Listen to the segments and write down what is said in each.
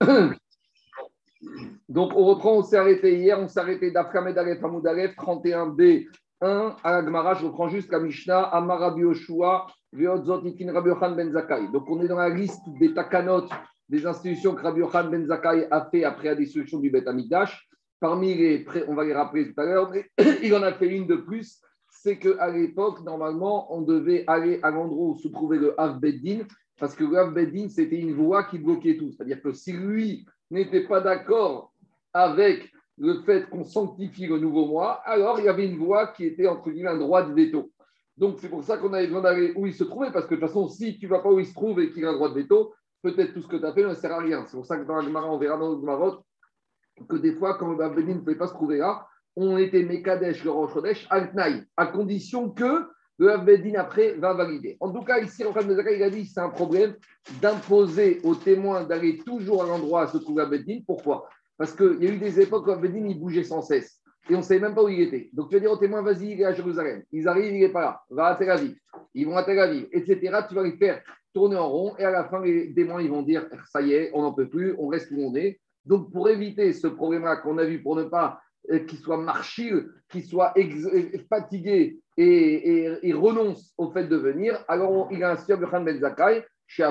Donc, on reprend, on s'est arrêté hier, on s'est arrêté d'Afkamed Aleph Hamoud Aleph 31b 1 à la Gemara, je reprends juste la Mishnah, Amar Rabbi Yoshua, Veotzot Nitin Rabbi Yochanan ben Zakkai. Donc, on est dans la liste des takanot, des institutions que Rabbi Yochanan ben Zakkai a fait après la destruction du Beth Amikdash. Parmi les, on va les rappeler tout à l'heure, mais il en a fait une de plus, c'est qu'à l'époque, normalement, on devait aller à l'endroit où se trouvait le Hav Beddin, parce que le Hav Beddin, c'était une voie qui bloquait tout. C'est-à-dire que si lui n'était pas d'accord avec le fait qu'on sanctifie le nouveau mois, alors il y avait une voie qui était entre guillemets un droit de veto. Donc c'est pour ça qu'on avait besoin d'aller où il se trouvait, parce que de toute façon, si tu ne vas pas où il se trouve et qu'il a un droit de veto, peut-être tout ce que tu as fait ne sert à rien. C'est pour ça que dans la Gemara, on verra dans le Gemara que des fois, quand le Babedin ne pouvait pas se trouver là, on était Mekadesh, le Rosh Chodesh, Al-Tnaï, à condition que le Babedin après va valider. En tout cas, ici, Rochad Mezaka, il a dit c'est un problème d'imposer aux témoins d'aller toujours à l'endroit où se trouve le Babedin. Pourquoi ? Parce qu'il y a eu des époques où le Babedin, il bougeait sans cesse. Et on ne savait même pas où il était. Donc, tu vas dire aux témoins, vas-y, il est à Jérusalem. Ils arrivent, il n'est pas là. Va à Tel Aviv. Ils vont à Tel Aviv, etc. Tu vas les faire tourner en rond. Et à la fin, les témoins, ils vont dire, ça y est, on n'en peut plus, on reste où on est. Donc, pour éviter ce problème-là qu'on a vu, pour ne pas qu'il soit marchil, qu'il soit fatigué et renonce au fait de venir, alors il a un sieur Yochanan ben Zakkai,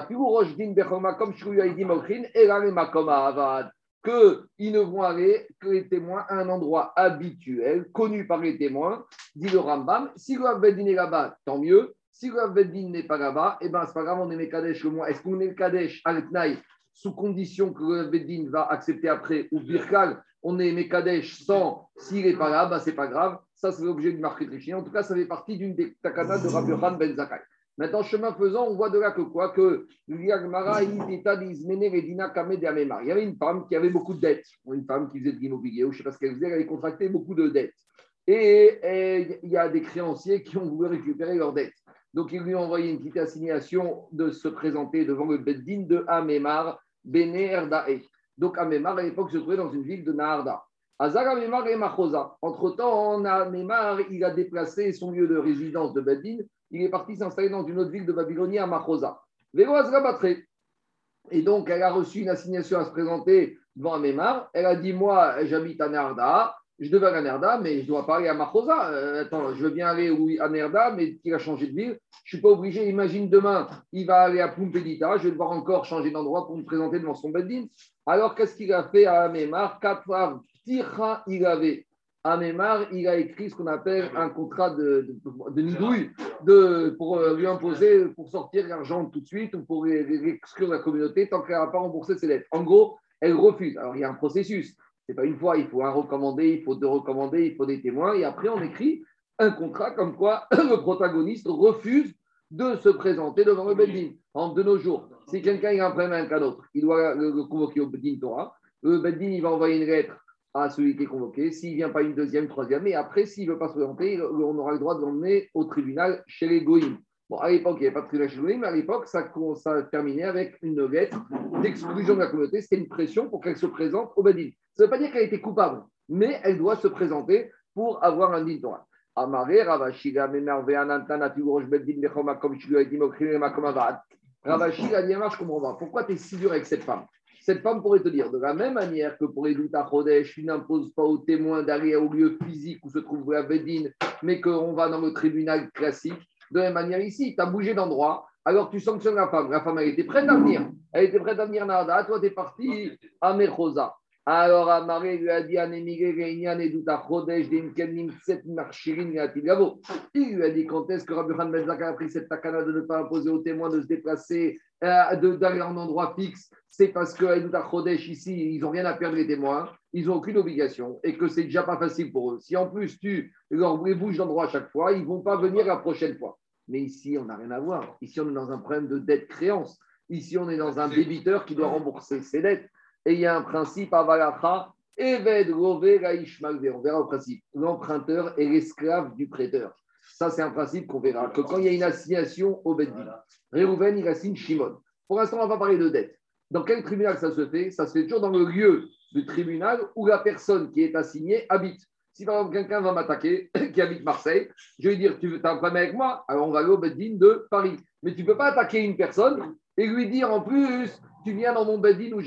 qu'ils ne vont aller que les témoins à un endroit habituel, connu par les témoins, dit le Rambam. Si le Beddin est là-bas, tant mieux. Si le Beddin n'est pas là-bas, eh ben, c'est pas grave, on est Mekadesh le mois. Est-ce qu'on est le Kadesh al-Tnaï sous condition que le Beddin va accepter après, ou Birkal, on est Mekadesh sans, s'il n'est pas là, bah, c'est pas grave. Ça, c'est l'objet du marqué de En tout cas, ça fait partie d'une des takanas de Rabbi Yochanan ben Zakkai. Maintenant, chemin faisant, on voit de là que quoi que il y avait une femme qui avait beaucoup de dettes, une femme qui faisait de l'immobilier, ou je ne sais pas ce qu'elle faisait, elle avait contracté beaucoup de dettes. Et il y a des créanciers qui ont voulu récupérer leurs dettes. Donc, ils lui ont envoyé une petite assignation de se présenter devant le Beddin de Amemar, Bene Erdae. Donc, Amemar, à l'époque, se trouvait dans une ville de Naharda. Azar Amemar et Machosa. Entre-temps, Amemar, il a déplacé son lieu de résidence de Beddin. Il est parti s'installer dans une autre ville de Babylonie, à Machosa. Vélo Azra Batré. Et donc, elle a reçu une assignation à se présenter devant Amemar. Elle a dit, moi, j'habite à Naharda. Je devais aller à Nerda, mais je dois pas aller à Machosa. Attends, je veux bien aller à Nerda, mais il a changé de ville. Je ne suis pas obligé. Imagine demain, il va aller à Pumpedita. Je vais devoir encore changer d'endroit pour me présenter devant son beddin. Alors, qu'est-ce qu'il a fait à Amemar? Il avait. Amemar, il a écrit ce qu'on appelle un contrat de nidouille pour lui imposer, pour sortir l'argent tout de suite ou pour exclure la communauté tant qu'elle n'a pas remboursé ses dettes. En gros, elle refuse. Alors, il y a un processus. C'est pas une fois, il faut un recommandé, il faut deux recommandés, il faut des témoins. Et après, on écrit un contrat comme quoi le protagoniste refuse de se présenter devant le Beddin. De nos jours, si quelqu'un a un problème avec un autre, il doit le convoquer au Beddin Torah. Le Beddin, il va envoyer une lettre à celui qui est convoqué. S'il ne vient pas une deuxième, troisième, et après, s'il ne veut pas se présenter, on aura le droit de l'emmener au tribunal chez les Goïms. Bon, à l'époque, il n'y avait pas de tribunal chez les Goïms, mais à l'époque, ça terminait avec une lettre d'exclusion de la communauté. C'était une pression pour qu'elle se présente au Beddin. Ça ne veut pas dire qu'elle était coupable, mais elle doit se présenter pour avoir un din Torah. Amaré, Ravashi, Ravashi a dit, je comprends pas. Pourquoi tu es si dur avec cette femme? Cette femme pourrait te dire, de la même manière que pour Edouta Chodesh, tu n'imposes pas aux témoins d'aller au lieu physique où se trouve la Beddin, mais qu'on va dans le tribunal classique. De la même manière ici, tu as bougé d'endroit, alors tu sanctionnes la femme. La femme, elle était prête à venir. Elle était prête à venir Nada. Toi, tu es parti à Mechosa. Alors, Amaré lui a dit, il lui a dit quand est-ce que Rabbi Yochanan ben Zakkai a pris cette takana de ne pas imposer aux témoins de se déplacer, d'aller en endroit fixe. C'est parce que Edouta Chodesh ici, ils n'ont rien à perdre les témoins, ils n'ont aucune obligation et que c'est déjà pas facile pour eux. Si en plus tu leur bouges d'endroit à chaque fois, ils ne vont pas venir la prochaine fois. Mais ici, on n'a rien à voir. Ici, on est dans un problème de dette-créance. Ici, on est dans un débiteur qui doit rembourser ses dettes. Et il y a un principe à Valacha, Eved Rove Raishmalve. On verra au principe. L'emprunteur est l'esclave du prêteur. Ça, c'est un principe qu'on verra. Que quand il y a une assignation au Beddin, Réhouven, il assigne Shimon. Pour l'instant, on va pas parler de dette. Dans quel tribunal ça se fait? Ça se fait toujours dans le lieu du tribunal où la personne qui est assignée habite. Si par exemple quelqu'un va m'attaquer, qui habite Marseille, je vais dire, tu as un problème avec moi? Alors on va aller au Beddin de Paris. Mais tu ne peux pas attaquer une personne et lui dire en plus, tu viens dans mon Beddin où j'habite.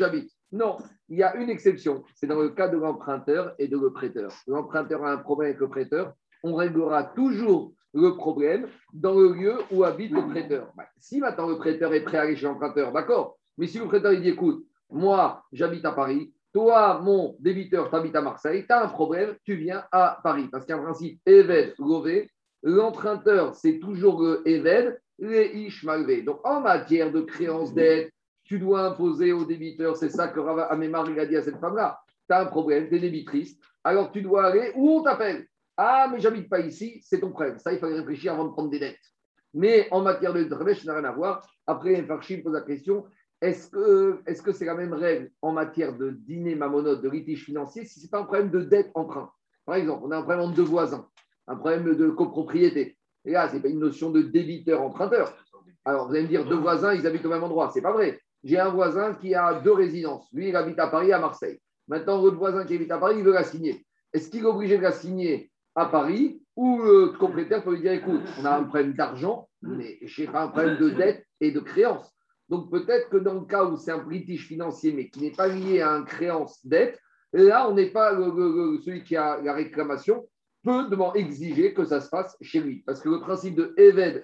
Non, il y a une exception. C'est dans le cas de l'emprunteur et de le prêteur. L'emprunteur a un problème avec le prêteur. On réglera toujours le problème dans le lieu où habite le prêteur. Si maintenant le prêteur est prêt à aller chez l'emprunteur, d'accord. Mais si le prêteur il dit écoute, moi j'habite à Paris, toi mon débiteur t'habites à Marseille, tu as un problème, tu viens à Paris. Parce qu'il y a un principe Eved Lové, l'emprunteur c'est toujours le Eved, les Ish Malvé. Donc en matière de créance d'aide, tu dois imposer au débiteur, c'est ça que Rav Amemar il a dit à cette femme-là. Tu as un problème, tu es débitrice, alors tu dois aller où on t'appelle. Ah, mais j'habite pas ici, c'est ton problème. Ça, il fallait réfléchir avant de prendre des dettes. Mais en matière de Dramesh, ça n'a rien à voir. Après, Farshim pose la question est-ce que c'est la même règle en matière de dîner mamonote, de litige financier, si ce n'est pas un problème de dette emprunt. Par exemple, on a un problème entre deux voisins, un problème de copropriété. Et là, ce n'est pas une notion de débiteur-emprunteur. Alors, vous allez me dire, deux voisins, ils habitent au même endroit. Ce n'est pas vrai. J'ai un voisin qui a deux résidences. Lui, il habite à Paris, à Marseille. Maintenant, l'autre voisin qui habite à Paris, il veut la signer. Est-ce qu'il est obligé de la signer à Paris ou le propriétaire peut lui dire écoute, on a un problème d'argent, mais je n'ai pas un problème de dette et de créance. Donc peut-être que dans le cas où c'est un litige financier, mais qui n'est pas lié à une créance-dette, là, on n'est pas celui qui a la réclamation peut exiger que ça se fasse chez lui. Parce que le principe de Eved,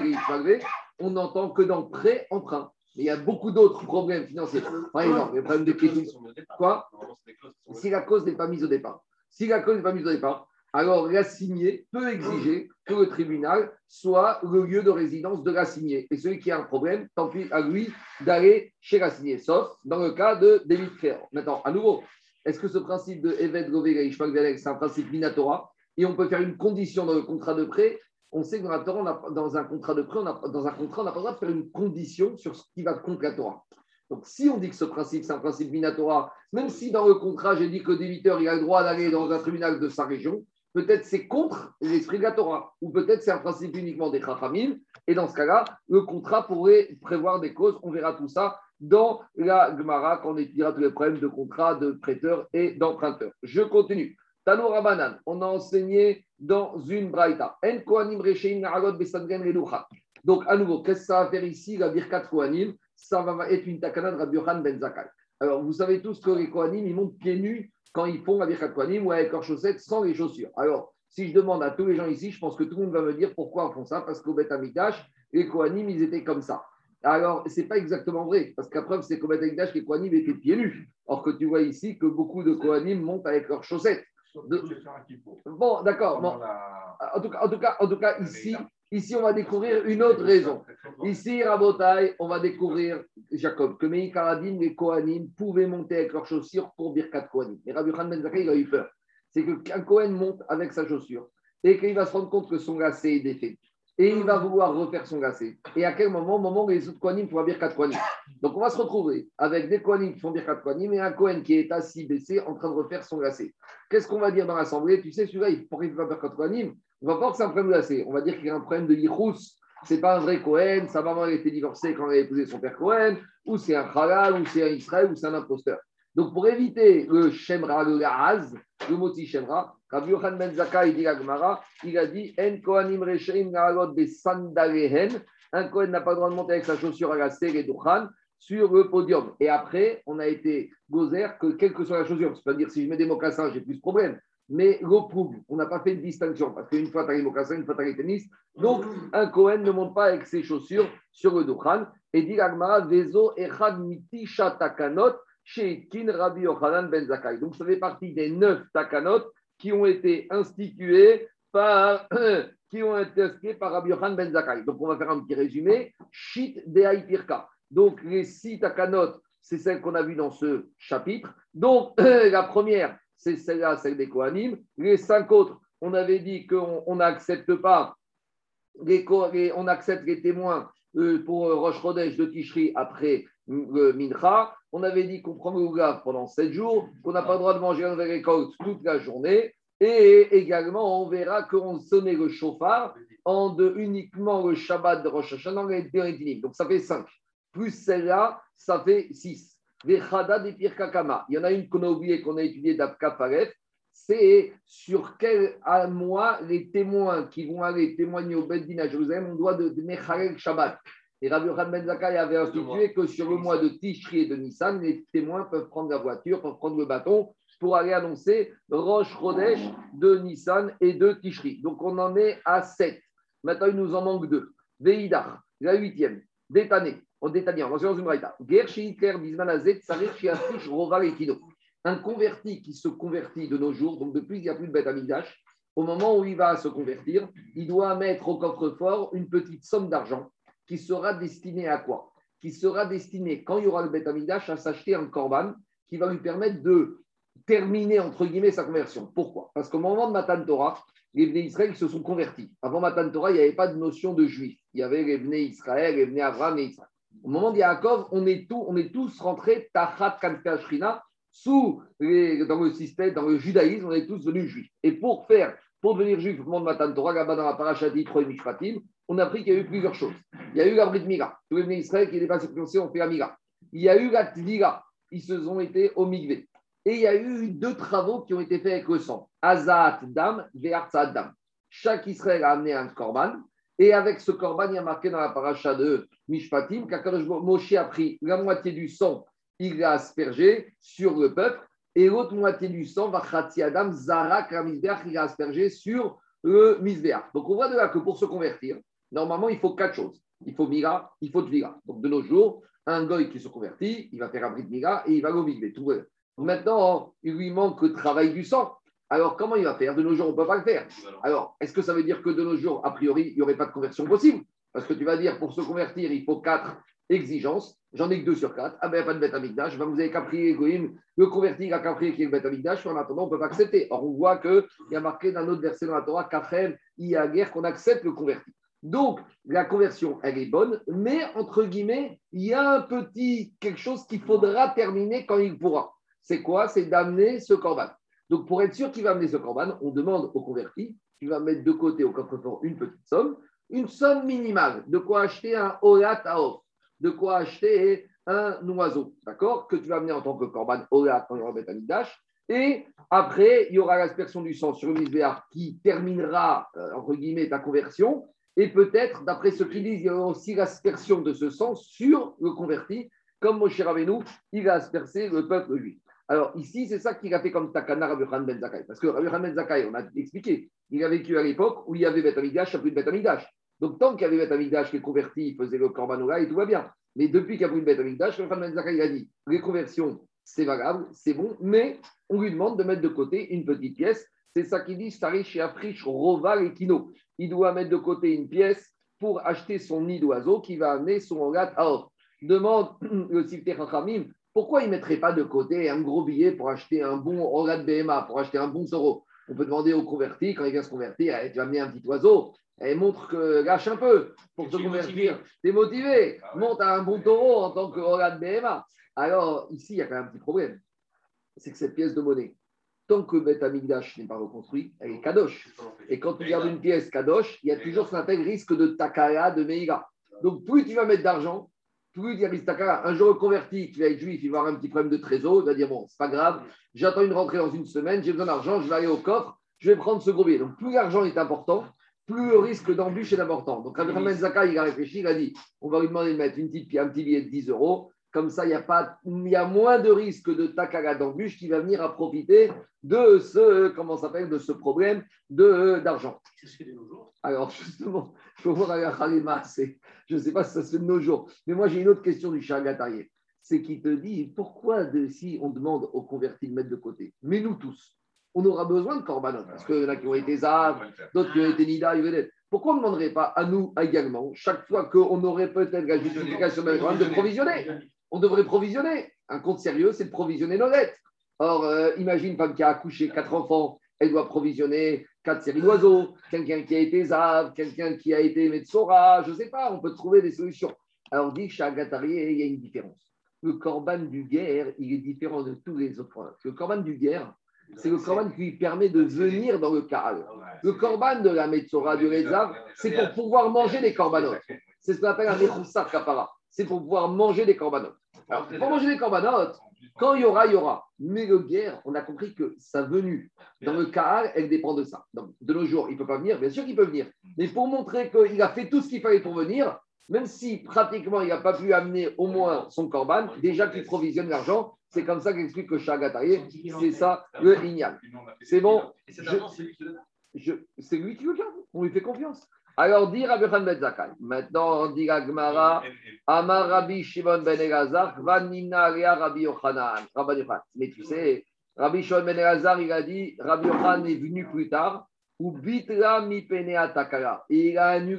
on n'entend que dans le prêt-emprunt. Mais il y a beaucoup d'autres problèmes financiers. Par exemple, les problèmes de crédit. Quoi ? Si la cause n'est pas mise au départ. Si la cause n'est pas mise au départ, alors l'assigné peut exiger que le tribunal soit le lieu de résidence de l'assigné. Et celui qui a un problème, tant pis à lui d'aller chez l'assigné, sauf dans le cas de débit de créance. Maintenant, à nouveau, est-ce que ce principe de Eved Gové Ishmael, c'est un principe Minatora et on peut faire une condition dans le contrat de prêt? On sait que dans la Torah, dans un contrat de prêt, on n'a pas le droit de faire une condition sur ce qui va contre la Torah. Donc, si on dit que ce principe, c'est un principe Minatora, même si dans le contrat, j'ai dit que le débiteur il a le droit d'aller dans un tribunal de sa région, peut-être c'est contre l'esprit de la Torah, ou peut-être c'est un principe uniquement des Chachamim, et dans ce cas-là, le contrat pourrait prévoir des causes. On verra tout ça dans la Gemara quand on étudiera tous les problèmes de contrat, de prêteur et d'emprunteur. Je continue. Tano Rabanan, on a enseigné dans une braïta. En Kohanim Recheim Na'alot Besandren Reducha. Donc, à nouveau, qu'est-ce que ça va faire ici, la Birkat Kohanim? Ça va être une takana de Rabbi Yochanan ben Zakkai. Alors, vous savez tous que les Kohanim, ils montent pieds nus quand ils font la Birkat Kohanim ou avec leurs chaussettes sans les chaussures. Alors, si je demande à tous les gens ici, je pense que tout le monde va me dire pourquoi ils font ça, parce qu'au Beth Amikdash, les Kohanim, ils étaient comme ça. Alors, ce n'est pas exactement vrai, parce qu'à preuve, c'est qu'au Beth Amikdash, les Kohanim étaient pieds nus. Or que tu vois ici que beaucoup de Kohanim montent avec leurs chaussettes. Bon, d'accord. Bon. En tout cas, ici, on va découvrir une autre raison. Ici, Rabotai, on va découvrir, Jacob, que Meï Karadim, les Kohanim, pouvaient monter avec leurs chaussures pour Birkat Kohanim. Mais Rabbi Yochanan ben Zakkai, il a eu peur. C'est qu'un Kohen monte avec sa chaussure et qu'il va se rendre compte que son lacet est défait. Et il va vouloir refaire son lacet. Et à quel moment? Au moment où les autres Kohanim font Birkat Kohanim. Donc, on va se retrouver avec des Kohanim qui font Birkat Kohanim et un Kohen qui est assis, baissé, en train de refaire son lacet. Qu'est-ce qu'on va dire dans l'assemblée? Tu sais, celui-là, pourquoi il ne fait pas Birkat Kohanim? On va pas voir que c'est un problème de lacet. On va dire qu'il y a un problème de Yichous. Ce n'est pas un vrai Kohen. Sa maman a été divorcée quand elle a épousé son père Kohen. Ou c'est un Halal, ou c'est un Israël, ou c'est un imposteur. Donc, pour éviter le Shemra, le Gahaz, le moti Shemra, Rabbi Yochanan ben Zakkai, il dit la Gemara, il a dit En Kohanim Recheim Na'alot Besandalehen. Un Kohen n'a pas le droit de monter avec sa chaussure à la et Duchan sur le podium. Et après, on a été gozer que quelle que soit la chaussure, c'est-à-dire si je mets des mocassins, j'ai plus de problème. Mais l'opproub, on n'a pas fait de distinction parce qu'une fois tu as les mocassins, une fois tu as les tennis. Donc, un Kohen ne monte pas avec ses chaussures sur le Duchan. Et dit la Gemara Vezo Echad Miti Shatakanot. Chez Kin Rabbi Yochanan ben Zakkai. Donc, ça fait partie des 9 takanot qui ont été institués par Rabbi Yochanan ben Zakkai. Donc, on va faire un petit résumé. Shit de Haïpirka. Donc, les 6 takanot, c'est celle qu'on a vue dans ce chapitre. Donc, la première, c'est celle-là, celle des Kohanim. Les 5 autres, on avait dit qu'on n'accepte pas, on accepte les témoins pour Rosh Chodesh de Tishri après le Mincha. On avait dit qu'on prend le Ougav pendant 7 jours, qu'on n'a pas le droit de manger la nouvelle récolte toute la journée. Et également, on verra qu'on sonnait le chauffard uniquement le Shabbat de Rosh Hashanah et Dinim. Donc ça fait 5. Plus celle-là, ça fait 6. Vechada des Pirkakama. Il y en a une qu'on a oubliée, qu'on a étudiée d'Abka Faref. C'est sur quel mois les témoins qui vont aller témoigner au Beddin à Jérusalem, on doit de Mechalel Shabbat. Et Rabbi Yochanan ben Zakkai avait institué que sur le mois de Tishri et de Nissan, les témoins peuvent prendre la voiture, peuvent prendre le bâton pour aller annoncer Rosh Chodesh de Nissan et de Tishri. Donc on en est à 7. Maintenant, il nous en manque 2. Veidar, la 8e. Détané. On détaille, on va dans une braïta. Gershiter Bismanazet, Sarech, Shiafish, Roval et Kino. Un converti qui se convertit de nos jours, donc depuis qu'il n'y a plus de Beth Amikdash, au moment où il va se convertir, il doit mettre au coffre-fort une petite somme d'argent qui sera destinée à quoi? Qui sera destinée, quand il y aura le Beth Amikdash, à s'acheter un korban qui va lui permettre de terminer, entre guillemets, sa conversion. Pourquoi? Parce qu'au moment de Matan Torah, les Bnei Israël se sont convertis. Avant Matan Torah, il n'y avait pas de notion de juif. Il y avait les Bnei Israël, les Bnei Avraham et Israël. Au moment de Yaakov, on est tous rentrés Tachat Kanfei Shrina, dans le système, dans le judaïsme, on est tous devenus juifs. Et pour devenir juif au moment de Matan Torah, là-bas dans la paracha d'Yitro et Mishpatim, on a appris qu'il y a eu plusieurs choses. Il y a eu la Brit Mila. Tous les Bnei Israël qui n'étaient pas circoncis ont fait la Mila. Il y a eu la Tvila. Ils se sont été au Migvé. Et il y a eu 2 travaux qui ont été faits avec le sang. Azat Dam, Ve'artzat Dam. Chaque Israël a amené un korban. Et avec ce korban, il y a marqué dans la paracha de Mishpatim qu'Akadosh Moshe a pris la moitié du sang, il l'a aspergé sur le peuple. Et l'autre moitié du sang, Vachati Adam, Zarak, la Mizbeach, il l'a aspergé sur le Mizbeach. Donc on voit de là que pour se convertir, normalement, il faut 4 choses. Il faut Mila, il faut Tvila. Donc de nos jours, un goy qui se convertit, il va faire un brit Mila et il va au Migvé. Maintenant, il lui manque le travail du sang. Alors, comment il va faire? De nos jours, on ne peut pas le faire. Alors, est-ce que ça veut dire que de nos jours, a priori, il n'y aurait pas de conversion possible? Parce que tu vas dire, pour se convertir, il faut 4 exigences. J'en ai que 2 sur 4. Ah ben, il n'y a pas de Beth Amikdash. Ben, vous avez qu'à prier Egoïm. Le converti, il a qu'à prier qui est le Beth Amikdash. En attendant, on ne peut pas accepter. Or, on voit qu'il y a marqué dans un autre verset dans la Torah, Kachem, il y a guerre qu'on accepte le converti. Donc, la conversion, elle est bonne, mais entre guillemets, il y a un petit quelque chose qu'il faudra terminer quand il pourra. C'est quoi? C'est d'amener ce korban. Donc, pour être sûr qu'il va amener ce korban, on demande au converti qu'il va mettre de côté au coffre-fort une petite somme, une somme minimale, de quoi acheter un olat aof, de quoi acheter un oiseau, d'accord? Que tu vas amener en tant que korban olat quand il y aura Beth Amikdash. Et après, il y aura l'aspersion du sang sur le misbéar qui terminera, entre guillemets, ta conversion. Et peut-être, d'après ceux qui disent, il y aura aussi l'aspersion de ce sang sur le converti, comme Moshe Rabbeinu, il a aspersé le peuple juif. Alors ici, c'est ça qu'il a fait comme Takana Rabbi Yochanan ben Zakkai. Parce que Rabbi Yochanan ben Zakkai, on a expliqué, il a vécu à l'époque où il y avait Beth Amikdash, il n'y a plus de Beth Amikdash. Donc tant qu'il y avait Beth Amikdash qui est converti, il faisait le Korban Ola et tout va bien. Mais depuis qu'il n'y a plus de Beth Amikdash, Rabbi Yochanan ben Zakkai il a dit, les conversions, c'est valable, c'est bon, mais on lui demande de mettre de côté une petite pièce. C'est ça qu'il dit, Sarish et Afrish, Roval et Kino. Il doit mettre de côté une pièce pour acheter son nid d'oiseau qui va amener son Olat Aor. Demande le Sifter Chachamim, pourquoi il ne mettrait pas de côté un gros billet pour acheter un bon Olat BMA, pour acheter un bon Soro? On peut demander au converti, quand il vient se convertir, tu vas amener un petit oiseau, et montre que lâche un peu pour se convertir. Tu es motivé, monte à un bon taureau en tant que Olat BMA. Alors, ici, il y a quand même un petit problème. C'est que cette pièce de monnaie, tant que Beth Amikdash n'est pas reconstruit, elle est kadosh. Et quand tu gardes une pièce kadosh, il y a toujours ce qu'on appelle risque de takara, de meïga. Donc, plus tu vas mettre d'argent, plus il y a risque de takara. Un jour reconverti, qui va être juif, il va avoir un petit problème de trésor, il va dire, bon, c'est pas grave, j'attends une rentrée dans une semaine, j'ai besoin d'argent, je vais aller au coffre, je vais prendre ce gros billet. Donc, plus l'argent est important, plus le risque d'embûche est important. Donc, Rabbi Yochanan ben Zakkai, il a réfléchi, il a dit, on va lui demander de mettre un petit billet de 10 euros. Comme ça, il y a moins de risque de takara d'embûche qui va venir à profiter de ce problème d'argent. Alors, justement, il faut voir à la Khalima, je ne sais pas si ça se fait de nos jours, mais moi, j'ai une autre question du Chagatarié. C'est qu'il te dit, pourquoi si on demande aux convertis de mettre de côté, mais nous tous, on aura besoin de korbanot, parce qu'il y en a qui ont été Zav, d'autres qui ont été Nida, pourquoi on ne demanderait pas à nous également, chaque fois qu'on aurait peut-être la justification de provisionner? On devrait provisionner. Un compte sérieux, c'est de provisionner nos dettes. Or, imagine une femme qui a accouché 4 enfants, elle doit provisionner 4 séries d'oiseaux, quelqu'un qui a été Zav, quelqu'un qui a été Metsora, je ne sais pas, on peut trouver des solutions. Alors, on dit que chez Agatarié, il y a une différence. Le korban du guerre, il est différent de tous les autres. Le korban du guerre, c'est le korban qui lui permet de venir dans le Kaal. Le korban de la Metsora, du Rezav, c'est pour pouvoir manger des korbanot. C'est ce qu'on appelle un Mechoussar Kapara. C'est pour pouvoir manger des korbanot. Alors, pour manger des korbanot, quand il y aura, il y aura. Mais le guerre, on a compris que sa venue dans le Kaal, elle dépend de ça. Donc, de nos jours, il ne peut pas venir. Bien sûr qu'il peut venir. Mais pour montrer qu'il a fait tout ce qu'il fallait pour venir, Même si pratiquement il n'a pas pu amener au moins son corban, déjà qu'il provisionne l'argent, c'est comme ça qu'explique le Chagatarié, c'est ça le Ignal. C'est bon, c'est lui qui le garde, on lui fait confiance. Alors, dit Rabbi Yochanan ben Zakkai. Maintenant, on dit la Gemara, Amar Rabbi Shimon ben Elazar, Van Nimna Alea Rabbi Yochanan. Mais tu sais, Rabbi Shimon ben Elazar, il a dit, Rabbi Yochanan est venu plus tard, ou Bitra mi penea takara. Et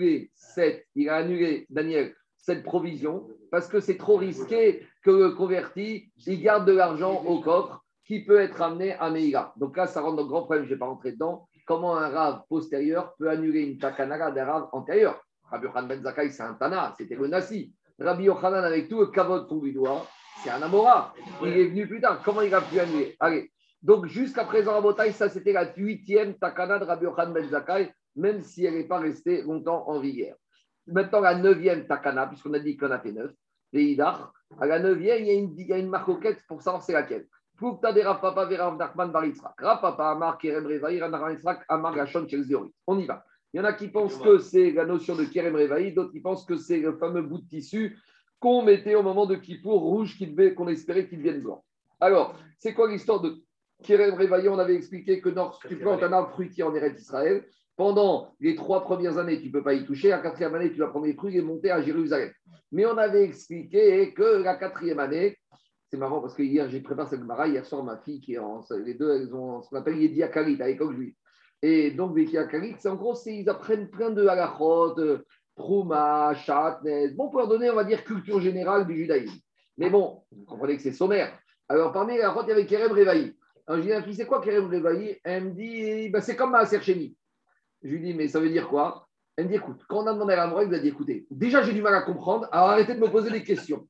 il a annulé, Daniel, cette provision, parce que c'est trop risqué que le converti, il garde de l'argent au coffre qui peut être amené à Meïla. Donc là, ça rentre dans le grand problème, je ne vais pas rentrer dedans. Comment un rave postérieur peut annuler une takana d'un rave antérieur? Rabbi Yochanan ben Zakkai, c'est un tana, c'était le nasi. Rabbi Yochanan, avec tout le kavod qu'on lui doit, c'est un amora. Il est venu plus tard. Comment il a pu annuler? Allez. Donc jusqu'à présent, à Botaï, ça c'était la 8e takana de Rabbi Yochanan ben Zakkai, même si elle n'est pas restée longtemps en vigueur. Maintenant, la 9e takana, puisqu'on a dit qu'on a fait 9, les Idar, à la 9e, il y a une marcoquette pour savoir c'est laquelle. Plukta de Rav Papa Verav Nachman Bar Yitzhak. Rav Papa Amar Kerem Revaï, Rav Yitzhak Amar Gashon Shel Zéori. On y va. Il y en a qui pensent que c'est la notion de Kerem Revaï, d'autres qui pensent que c'est le fameux bout de tissu qu'on mettait au moment de Kippour rouge qu'on espérait qu'il devienne blanc. Alors, c'est quoi l'histoire de Kerem Revaï? On avait expliqué que lorsque tu plantes un arbre fruitier en Eretz Israël, pendant les 3 premières années, tu ne peux pas y toucher. La 4e année, tu vas prendre les fruits et monter à Jérusalem. Mais on avait expliqué que la 4e année, c'est marrant parce que hier, j'ai préparé cette Gemara. Hier soir, ma fille, les deux, elles ont ce qu'on appelle Yedi Akarit à l'école juive. Et donc, Yedi Akarit, c'est en gros, ils apprennent plein de halachot, Trouma, Shatnez. Bon, pour leur donner, on va dire, culture générale du judaïsme. Mais bon, vous comprenez que c'est sommaire. Alors, parmi les halachot, il y avait Kerem Revaï. Alors, je dis à la fille, c'est quoi Kerem Revaï? Elle me dit, c'est comme Maaser Sheni. Je lui dis, mais ça veut dire quoi? Elle me dit, écoute, quand on a demandé à la morale, elle a dit, écoutez, déjà j'ai du mal à comprendre, alors arrêtez de me poser des questions.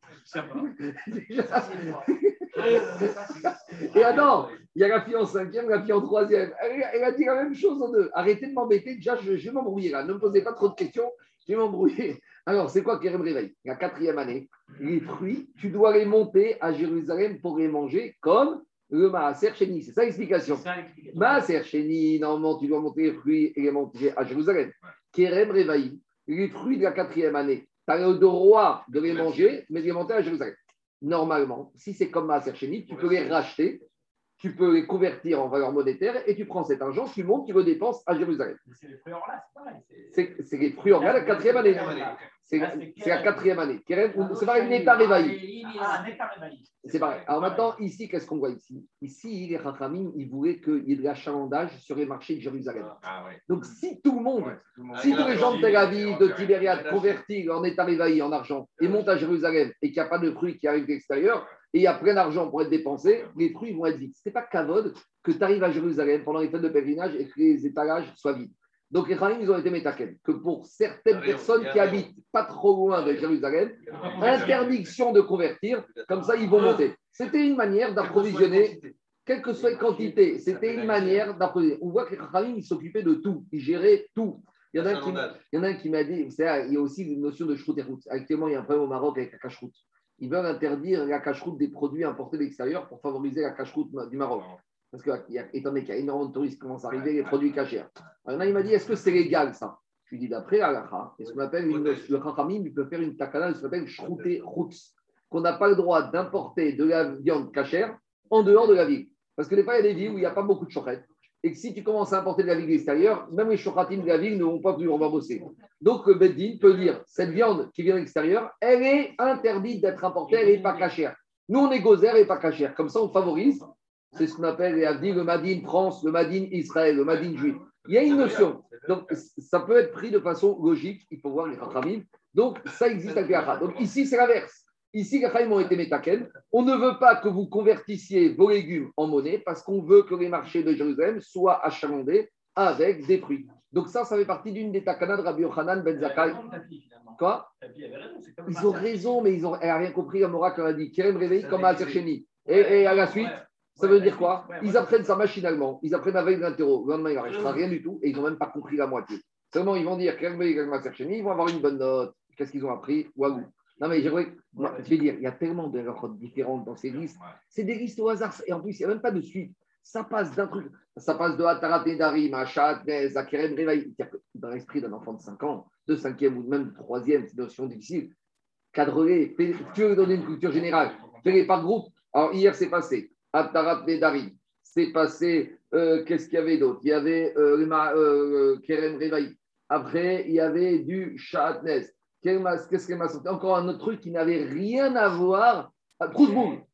Et attends, il y a la fille en 5e, la fille en 3e. Elle a dit la même chose en 2. Arrêtez de m'embêter, déjà je vais m'embrouiller là. Ne me posez pas trop de questions, je vais m'embrouiller. Alors, c'est quoi Kerem Revaï? La 4e année, les fruits, tu dois les monter à Jérusalem pour les manger comme le Maaser Sheni. C'est ça l'explication. Maaser Sheni, normalement, tu dois monter les fruits et les manger à Jérusalem. Kerem Revaï, les fruits de la 4e année, tu as le droit de les manger, mais de les monter à Jérusalem. Normalement, si c'est comme Maaser Sheni, tu peux les racheter, tu peux les convertir en valeur monétaire et tu prends cet argent, tu montes, tu le dépenses à Jérusalem. C'est les fruits en là, c'est pareil. C'est les fruits en là, la 4e année. C'est la 4e année. C'est pareil, Neta Revaï. C'est pareil. Alors maintenant, ici, qu'est-ce qu'on voit ici? Ici, les Rachamim, ils voulaient qu'il y ait de l'achalandage sur les marchés de Jérusalem. Donc, si tout le monde, si tous les gens de Tel Aviv, de Tibériade convertis en État Revaï en argent et montent à Jérusalem et qu'il n'y a pas de fruits qui arrivent de l'extérieur et il y a plein d'argent pour être dépensé, les fruits vont être vides. Ce n'est pas Kavod que tu arrives à Jérusalem pendant les fêtes de pèlerinage et que les étalages soient vides. Donc les Khaïm, ils ont été métaken, que pour certaines personnes qui habitent pas trop loin de Jérusalem, interdiction de convertir, comme ça ils vont monter. C'était une manière d'approvisionner, quelle que soit la quantité, c'était une manière d'approvisionner. On voit que les Khaïm, ils s'occupaient de tout, ils géraient tout. Il y en a un qui m'a dit, il y a aussi une notion de shrout et route. Actuellement, il y a un problème au Maroc avec la cache-route. Ils veulent interdire la cache-route des produits importés de l'extérieur pour favoriser la cache-route du Maroc. Parce que, étant donné qu'il y a énormément de touristes qui commencent à arriver, les produits cachés. Alors là, il m'a dit, est-ce que c'est légal ça? Je lui dis, d'après l'Alaha, ce qu'on appelle le Chachamim, il peut faire une takana, ce qu'on appelle shrouté routz, qu'on n'a pas le droit d'importer de la viande cachère en dehors de la ville. Parce que des fois, il y a des villes où il n'y a pas beaucoup de chochettes. Et que si tu commences à importer de la ville extérieure, même les chochatim de la ville ne vont pas plus, on va bosser. Donc, le Beddin peut dire, cette viande qui vient de l'extérieur, elle est interdite d'être importée, elle n'est pas cachère. Nous, on est gozer et pas cachère. Comme ça, on favorise. C'est ce qu'on appelle le Madin France, le Madin Israël, le Madin juif. Il y a une notion. Donc, ça peut être pris de façon logique. Il faut voir les Chachamim. Donc, ça existe avec les Chachamim. Donc, ici, c'est l'inverse. Ici, les Chachamim ont été métaken. On ne veut pas que vous convertissiez vos légumes en monnaie parce qu'on veut que les marchés de Jérusalem soient achalandés avec des fruits. Donc, ça fait partie d'une des takanas de Rabbi Yochanan ben Zakkai. Quoi? Ils ont raison, mais elle n'a rien compris. La Mora quand elle a dit Kerem Revaï comme à Sercheni. Et à la suite, ça veut dire quoi? Ils apprennent ça machinalement. Ils apprennent avec l'interro. Le lendemain, il n'arrivera rien du tout et ils n'ont même pas compris la moitié. Seulement, ils vont dire Kerem Revaï comme à Sercheni. Ils vont avoir une bonne note. Qu'est-ce qu'ils ont appris? Waouh. Non, mais je vais dire, il y a tellement de choses différentes dans ces listes. C'est des listes au hasard. Et en plus, il n'y a même pas de suite. Ça passe d'un truc, ça passe de Atarat Nedarim à Shatnez, à Kerem Revaï. Dans l'esprit d'un enfant de 5 ans, de 5e ou même de 3e, c'est une notion difficile. Cadrer, tu veux donner une culture générale, fais-les par groupe. Alors, hier, c'est passé Atarat Nedarim, c'est passé, qu'est-ce qu'il y avait d'autre? Il y avait Kerem Revaï. Après, il y avait du Shatnez. Qu'est-ce qu'elle m'a sorti? Encore un autre truc qui n'avait rien à voir. Prousbourg.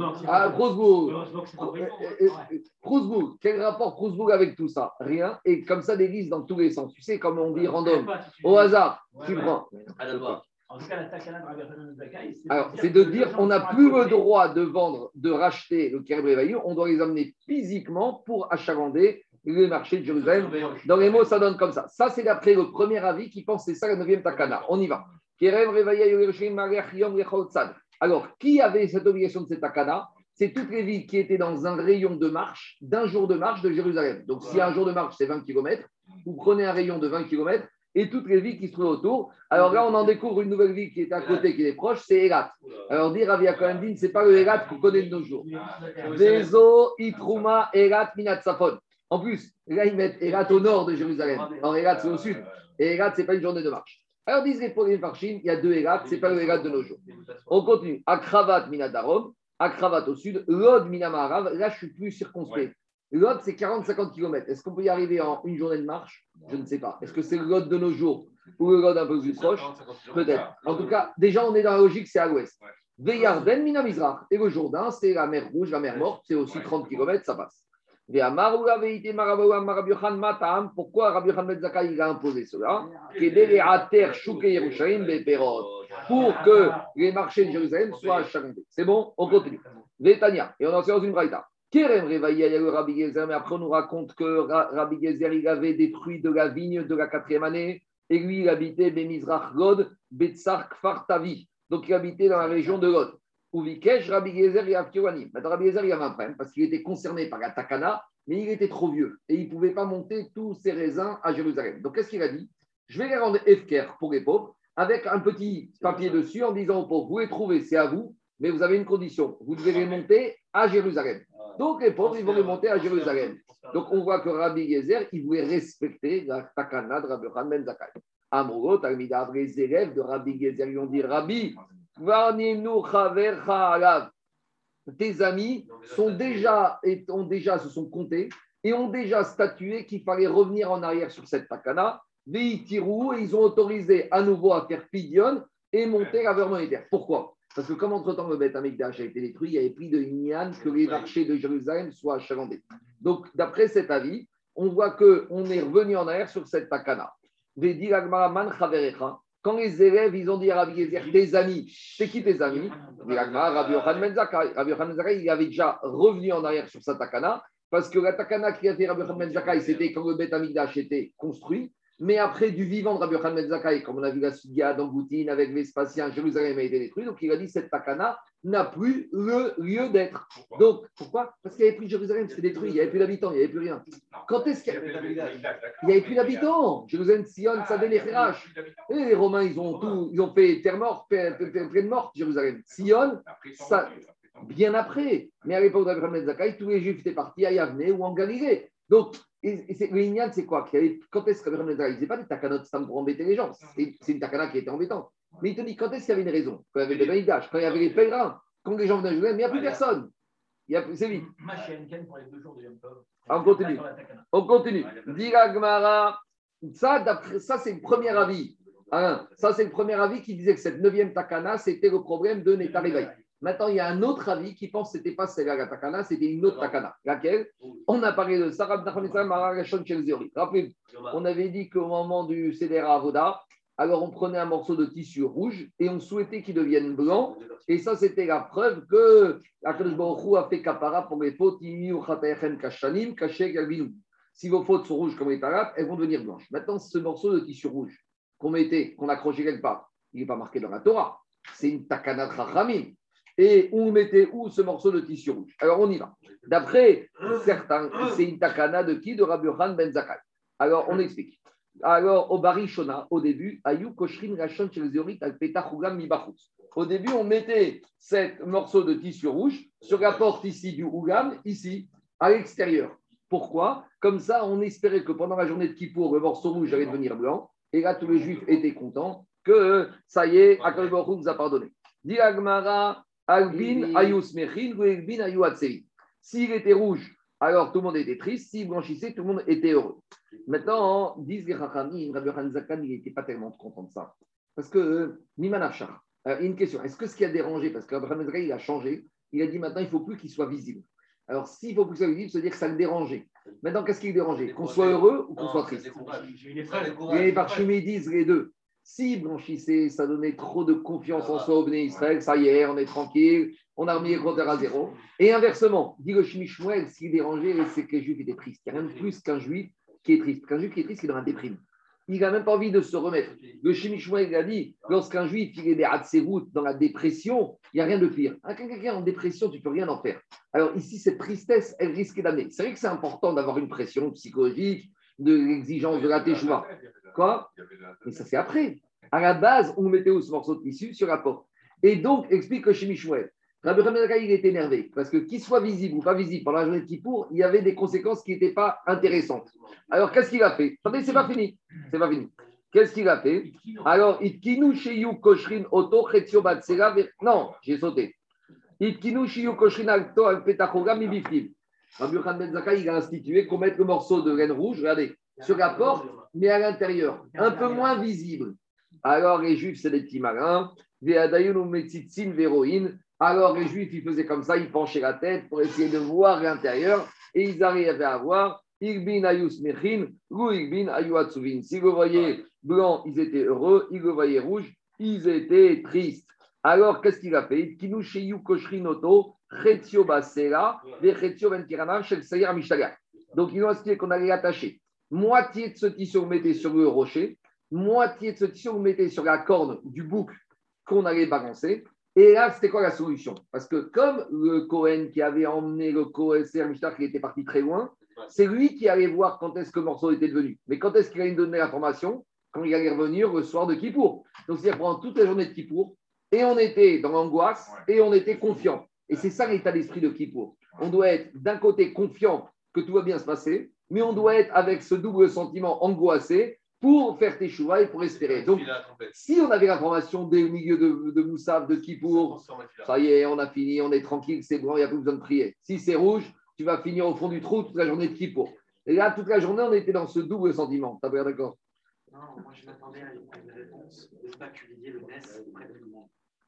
Quel rapport Prousbourg avec tout ça? Rien. Et comme ça, des listes dans tous les sens. Tu sais, comme on dit random, au hasard, tu prends. En tout cas, la takana de Rabbi Yochanan Zakkai, alors, c'est de dire on n'a plus le droit de vendre, de racheter le Kerem Revaï, on doit les amener physiquement pour achalander le marché de Jérusalem. Dans les mots, ça donne comme ça. Ça, c'est d'après le premier avis qui pense que c'est ça la 9e takana. On y va. Kerem Revaï, alors, qui avait cette obligation de cette takana? C'est toutes les villes qui étaient dans un rayon de marche, d'un jour de marche de Jérusalem. Donc, si un jour de marche, c'est 20 km, vous prenez un rayon de 20 km et toutes les villes qui se trouvent autour. Alors là, on en découvre une nouvelle ville qui est à côté, qui est proche, c'est Elat. Alors, dire Rav Yaakov Din, ce n'est pas le Elat qu'on connaît de nos jours. Vezo, Itruma, Elat, Minat Safon. En plus, là, ils mettent Elat au nord de Jérusalem. Alors, Elat, c'est au sud. Et Elat, ce n'est pas une journée de marche. Alors, disent les Polim Farshim, il y a 2 Elat, ce n'est pas le Elat de nos jours. On continue. Akravat, Minat Darom. Akravat au sud. Lod, Minamarav. Là, je suis plus circonspect. Lod, c'est 40-50 km. Est-ce qu'on peut y arriver en une journée de marche? Je ne sais pas. Est-ce que c'est le Lod de nos jours ou le Lod un peu plus proche? Peut-être. En tout cas, déjà, on est dans la logique, c'est à l'ouest. Veyarden, Minamizrach. Et le Jourdain, c'est la mer Rouge, la mer Morte. C'est aussi 30 km, ça passe. Pourquoi Rabbi Yochanan Ben Zakkai il a imposé cela? Pour que les marchés de Jérusalem soient achalandés. C'est bon? On continue. Vétania. Et on en sait dans une braïta. Kerem Revaïa, Rabbi Gezer, mais après on nous raconte que Rabbi Gezer il avait des fruits de la vigne de la 4e année, et lui il habitait Bemizrach God, Betzar Kfar Tavi, donc il habitait dans la région de Lod. Uvikesh, Rabbi Gezer et Avkiwani. Maintenant Rabbi Gezer il avait un problème parce qu'il était concerné par la Takana, mais il était trop vieux et il ne pouvait pas monter tous ses raisins à Jérusalem. Donc qu'est-ce qu'il a dit? Je vais les rendre Efker pour les pauvres, avec un petit papier dessus en disant aux pauvres, vous les trouvez, c'est à vous, mais vous avez une condition, vous devez les monter à Jérusalem. Donc les pauvres, ils vont remonter à Jérusalem. Donc on voit que Rabbi Gezer, il voulait respecter la takana de Rabbi Yochanan Ben Zakkai. Amoro, Talmida, les élèves de Rabbi Gezer, ils ont dit Rabbi, tes amis se sont comptés et ont déjà statué qu'il fallait revenir en arrière sur cette takana. Et ils ont autorisé à nouveau à faire Pidion et monter la valeur monétaire. Pourquoi? Parce que comme entre-temps le Beth Amikdash a été détruit, il y avait pris de Inyan que les marchés de Jérusalem soient achalandés. Donc, d'après cet avis, on voit qu'on est revenu en arrière sur cette takana. Quand les élèves, ils ont dit à Rabbi Gezer, tes amis, c'est qui tes amis? Rabbi Yochanan Ben Zakkai. Rabbi Yochanan Ben Zakkai, il avait déjà revenu en arrière sur sa takana, parce que la takana qui a fait Rabbi Yochanan Ben Zakkai, c'était quand le Beth Amikdash était construit. Mais après, du vivant de Rabbi Yochanan Ben Zakkai, comme on a vu la Sugia d'Amboutine avec Vespasien, Jérusalem a été détruit. Donc il a dit cette takana n'a plus le lieu d'être. Donc pourquoi? Parce qu'il n'y avait plus de Jérusalem, c'était détruit, il n'y avait plus d'habitants, il n'y avait plus rien. Quand est-ce qu'il y avait plus d'habitants? Jérusalem, Sion, Sadel et Khirash. Et les Romains, ils ont fait terre morte, pleine morte, Jérusalem. Sion, ça, bien après. Mais à l'époque de Rabbi Yochanan Ben Zakkai, tous les Juifs étaient partis à Yavne ou en Galilée. Donc, le Inyan, c'est quoi? Quand est-ce que Rabbi Yochanan Ben Zakkai, il ne faisait pas des takanot pour embêter les gens. C'est une takana qui était embêtante. Mais il te dit, quand est-ce qu'il y avait une raison? Quand il y avait le Baïdash, quand il y avait les pèlerins, quand les gens venaient à Jérusalem, il n'y a plus personne. C'est vite. Pour les 2 jours de Yom Tov. On continue. On continue. Dira Gemara. Ça, c'est le premier avis. Ça, c'est le premier avis qui disait que cette 9e takana, c'était le problème de Neta Revaï. Maintenant, il y a un autre avis qui pense que ce n'était pas celle-là, la takana, c'était une autre takana. Laquelle? On a parlé de Sarab Nachman Maragashon Chelziori. Rappelez-vous, on avait dit qu'au moment du Seder Avoda, alors on prenait un morceau de tissu rouge et on souhaitait qu'il devienne blanc. Et ça, c'était la preuve que Akadosh Baruch Hu a fait kapara pour les fautes. Si vos fautes sont rouges comme les tarapes, elles vont devenir blanches. Maintenant, ce morceau de tissu rouge qu'on accrochait quelque part, il n'est pas marqué dans la Torah. C'est une takana de Chachamim. Et on mettait où ce morceau de tissu rouge? Alors on y va. D'après certains, c'est une takana de qui? De Rabbi Yochanan Ben Zakkai. Alors on explique. Alors au Barishona, au début, Ayou Koshrin Rachon Chelziorit al Petachugam Mibachutz. Au début, on mettait ce morceau de tissu rouge sur la porte ici du Ougam, ici. à l'extérieur. Pourquoi? Comme ça, on espérait que pendant la journée de Kippour, le morceau rouge allait devenir blanc. Et là, tous les Juifs étaient contents que ça y est, Akadosh Baruch Hu nous a pardonné. Dit Agmara, Albin ayus mechin, Albin ayu atzei. S'il était rouge, alors tout le monde était triste. S'il blanchissait, tout le monde était heureux. Maintenant, disent les Chachamim, Rabbi Yochanan Zakan, il n'était pas tellement content de ça. Parce que, Miman Afshar, une question, est-ce que ce qui a dérangé, parce que Rabbi Yochanan Zakan, il a changé, il a dit maintenant, il ne faut plus qu'il soit visible. Alors, s'il faut plus qu'il soit visible, ça veut dire que ça le dérangeait. Maintenant, qu'est-ce qui le dérangeait? Qu'on soit heureux ou qu'on soit triste? Et par Chimé, ils disent les deux. Si blanchissait, ça donnait trop de confiance en soi au Béné Israël, ça y est, on est tranquille, on a remis les compteurs à zéro. Et inversement, dit le Shimi Shmuel, ce qui dérangeait, c'est que les Juifs étaient tristes. Il n'y a rien de plus qu'un Juif qui est triste. Qu'un Juif qui est triste, il est dans la déprime. Il n'a même pas envie de se remettre. Le Shimi Shmuel a dit, lorsqu'un Juif il est des Hatserout dans la dépression, il n'y a rien de pire. Quand quelqu'un est en dépression, tu ne peux rien en faire. Alors ici, cette tristesse, elle risque d'amener. C'est vrai que c'est important d'avoir une pression psychologique, de l'exigence de la Teshuvah. Quoi? Mais ça, c'est après. À la base, on mettait où ce morceau de tissu sur la porte. Et donc, explique que chez Michouel, Rabbi Yochanan Zakai, il est énervé. Parce que qu'il soit visible ou pas visible pendant la journée de Kippour, il y avait des conséquences qui n'étaient pas intéressantes. Alors, qu'est-ce qu'il a fait? Attendez, c'est pas fini. C'est pas fini. Qu'est-ce qu'il a fait? Alors, Itkinu Sheyu Koshrin Oto Chetio Batsera. Non, j'ai sauté. Itkinu Sheyu Koshrin Alto Alpetachoga Mibiflim. Rabbi Yochanan Zakai, il a institué qu'on mette le morceau de laine rouge, regardez, sur la porte, mais à l'intérieur, un peu moins visible. Alors les Juifs, c'est des petits malins. Alors les Juifs, ils faisaient comme ça, ils penchaient la tête pour essayer de voir l'intérieur et ils arrivaient à voir. Si vous voyez blanc, ils étaient heureux. Ils le voyaient rouge, ils étaient tristes. Alors qu'est-ce qu'il a fait? Donc ils ont expliqué qu'on allait l'attacher. Moitié de ce tissu, on mettait sur le rocher. Moitié de ce tissu, on mettait sur la corne du bouc qu'on allait balancer. Et là, c'était quoi la solution? Parce que comme le Cohen qui avait emmené le Cohen Mishtar, qui était parti très loin, c'est lui qui allait voir quand est-ce que le morceau était devenu. Mais quand est-ce qu'il allait donner l'information? Quand il allait revenir le soir de Kippour. Donc, c'est-à-dire pendant toute la journée de Kippour, et on était dans l'angoisse, et on était confiant. Et c'est ça l'état d'esprit de Kippour. On doit être d'un côté confiant que tout va bien se passer, mais on doit être avec ce double sentiment angoissé pour faire teshuva et pour espérer. Donc, si on avait l'information dès le milieu de Moussaf, de Kippour, ça y est, on a fini, on est tranquille, c'est blanc, il n'y a plus besoin de prier. Si c'est rouge, tu vas finir au fond du trou toute la journée de Kippour. Et là, toute la journée, on était dans ce double sentiment. T'as bien d'accord? Non, moi je m'attendais à une réponse. De pas publier le NES auprès de tout le monde.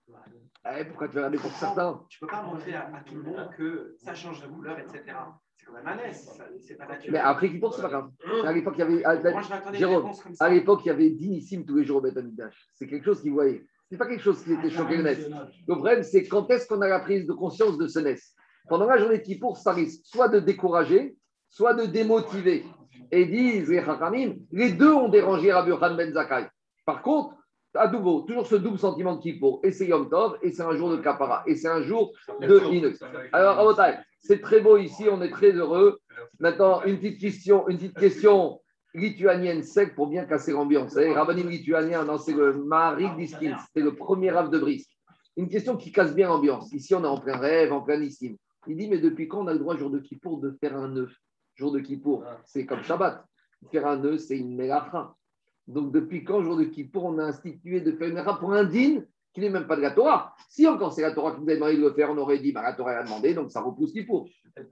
Pourquoi tu vas regarder pour certains? Tu ne peux pas montrer à tout le monde que ça change de couleur, etc. C'est quand même un NES, c'est pas naturel. Mais après Kippour, c'est pas grave. À l'époque, il y avait. Moi, je m'attendais à une Jérôme, réponse comme ça. à l'époque, il y avait 10 Nissim tous les jours au Beth Amikdash. C'est quelque chose qu'ils voyaient. C'est pas quelque chose qui était choqué le NES. Le problème, c'est quand est-ce qu'on a la prise de conscience de ce NES? Pendant la journée de Kippour, ça risque soit de décourager, soit de démotiver. Et disent les Chachamim, les deux ont dérangé Rabbi Yochanan ben Zakkai. Par contre, à nouveau, toujours ce double sentiment de Kippour. Et c'est Yom Tov, et c'est un jour de Kapara, et c'est un jour de Inox. Alors, Rabotai, c'est très beau ici, on est très heureux. Maintenant, une petite question lituanienne sec pour bien casser l'ambiance. Rabbanim lituanien, non, c'est le Maharik Diskins, c'est le premier Rav de Brisk. Une question qui casse bien l'ambiance. Ici, on est en plein rêve, en plein Nissim. Il dit, mais depuis quand on a le droit, jour de Kippour, de faire un nœud? Jour de Kippour, c'est comme Shabbat. Faire un nœud, c'est une mélacha. Donc, depuis quand, jour de Kippour, on a institué de faire une mélacha pour un din qui n'est même pas de la Torah? Si encore c'est la Torah qui vous a demandé de le faire, on aurait dit, la Torah l'a demandé, donc ça repousse Kippour.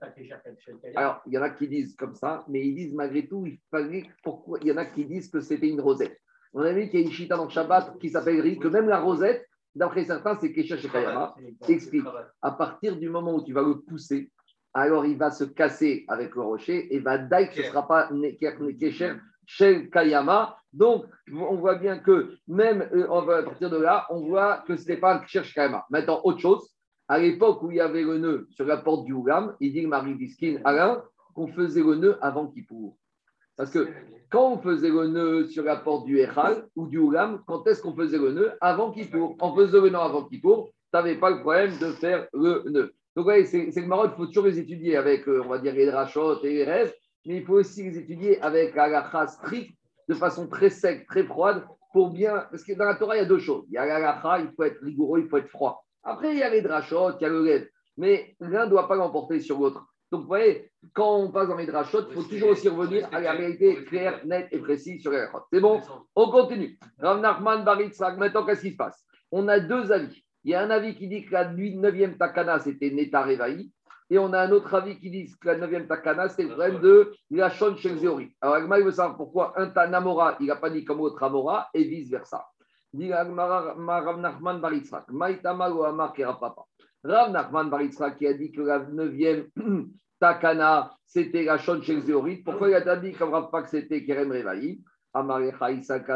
Alors, il y en a qui disent comme ça, mais ils disent malgré tout, il fallait. Pourquoi? Il y en a qui disent que c'était une rosette. On a vu qu'il y a une chita dans le Shabbat qui s'appelle que même la rosette, d'après certains, c'est Kesha Shekayama, explique. À partir du moment où tu vas le pousser, alors il va se casser avec le rocher et va daï que ce ne sera pas Kesher Shekayama. Donc, on voit bien que même à partir de là, on voit que ce n'était pas un Kesher Shekayama. Maintenant, autre chose, à l'époque où il y avait le nœud sur la porte du Ougam, il dit Marie Diskin, Alain, qu'on faisait le nœud avant Kippour. Parce que quand on faisait le nœud sur la porte du Echal ou du Ougam, quand est-ce qu'on faisait le nœud? Avant Kippour. En faisant le nœud avant Kippour, tu n'avais pas le problème de faire le nœud. Donc, vous voyez, c'est le Maroc, il faut toujours les étudier avec, on va dire, les drachot et les rêves, mais il faut aussi les étudier avec la halakha stricte, de façon très sec, très froide, pour bien. Parce que dans la Torah, il y a deux choses. Il y a la halakha, il faut être rigoureux, il faut être froid. Après, il y a les drachot, il y a le rêve. Mais l'un ne doit pas l'emporter sur l'autre. Donc, vous voyez, quand on passe dans les drachot, il faut toujours aussi revenir à la réalité claire, nette et précise sur les drachot. C'est bon? On continue. Rav Nachman bar Yitzhak, maintenant, qu'est-ce qui se passe? On a deux avis. Il y a un avis qui dit que la 9e takana, c'était Neta Revaï. Et on a un autre avis qui dit que la 9e takana, c'était le problème de la Shon Shel Zeori. Alors, Agma, il veut savoir pourquoi un Tanamora, il n'a pas dit comme autre Amora, et vice-versa. Dit Rav Nachman bar Yitzhak, Maïtama ou Amar Kerapapa. Rav Nachman bar Yitzhak qui a dit que la 9e takana, c'était la Shon Shel Zeori. Pourquoi il a dit comme Rav Pak, c'était Kerem Revaï? Parce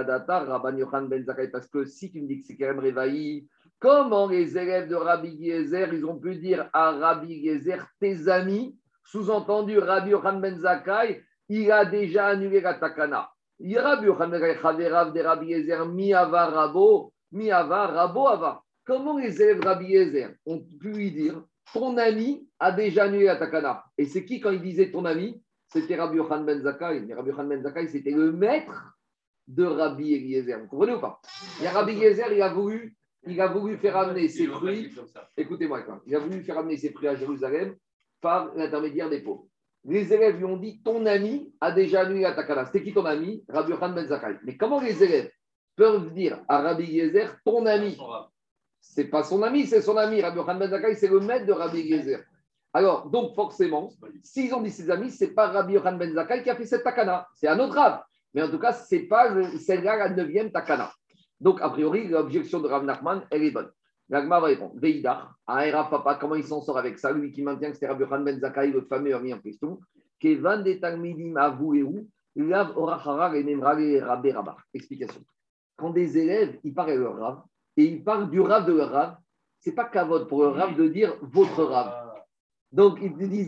que si tu me dis que c'est Kerem Revaï, comment les élèves de Rabbi Yezer, ils ont pu dire à Rabbi Yezer, tes amis, sous-entendu Rabbi Yochanan ben Zakkai, il a déjà annulé la takana. Rabbi Yochanan ben Zakkai, Chaverav de Rabbi Yezer, mi-ava rabo ava. Comment les élèves de Rabbi Yezer ont pu lui dire, ton ami a déjà annulé la takana? Et c'est qui quand il disait ton ami? C'était Rabbi Yochanan ben Zakkai. Mais Rabbi Yochanan ben Zakkai, c'était le maître de Rabbi Eliezer. Vous comprenez ou pas? Et Rabbi Eliezer, il a voulu faire amener ses fruits. Écoutez-moi, il a voulu faire amener ses fruits à Jérusalem par l'intermédiaire des pauvres. Les élèves lui ont dit, ton ami a déjà annulé la takana. C'était qui ton ami? Rabbi Yochanan ben Zakkai. Mais comment les élèves peuvent dire à Rabbi Eliezer, ton ami? C'est pas son ami, c'est son ami. Rabbi Yochanan ben Zakkai, c'est le maître de Rabbi Eliezer. Alors, donc forcément, s'ils ont dit ses amis, ce n'est pas Rabbi Yochanan ben Zakkai qui a fait cette takana. C'est un autre Rav. Mais en tout cas, ce n'est pas celle-là la 9e takana. Donc, a priori, l'objection de Rav Nachman, elle est bonne. L'Agma va répondre. Veidar, à Rav Papa, comment il s'en sort avec ça? Lui qui maintient que c'est Rabbi Yochanan ben Zakkai, le fameux ami en question. Kevan de Talmidim avouéou, Lav Orachara et Nemra et Rabbe Rabba. Explication. Quand des élèves, ils parlent à leur Rav, et ils parlent du Rav de leur Rav, ce n'est pas kavod pour le Rav de dire votre Rav. Donc,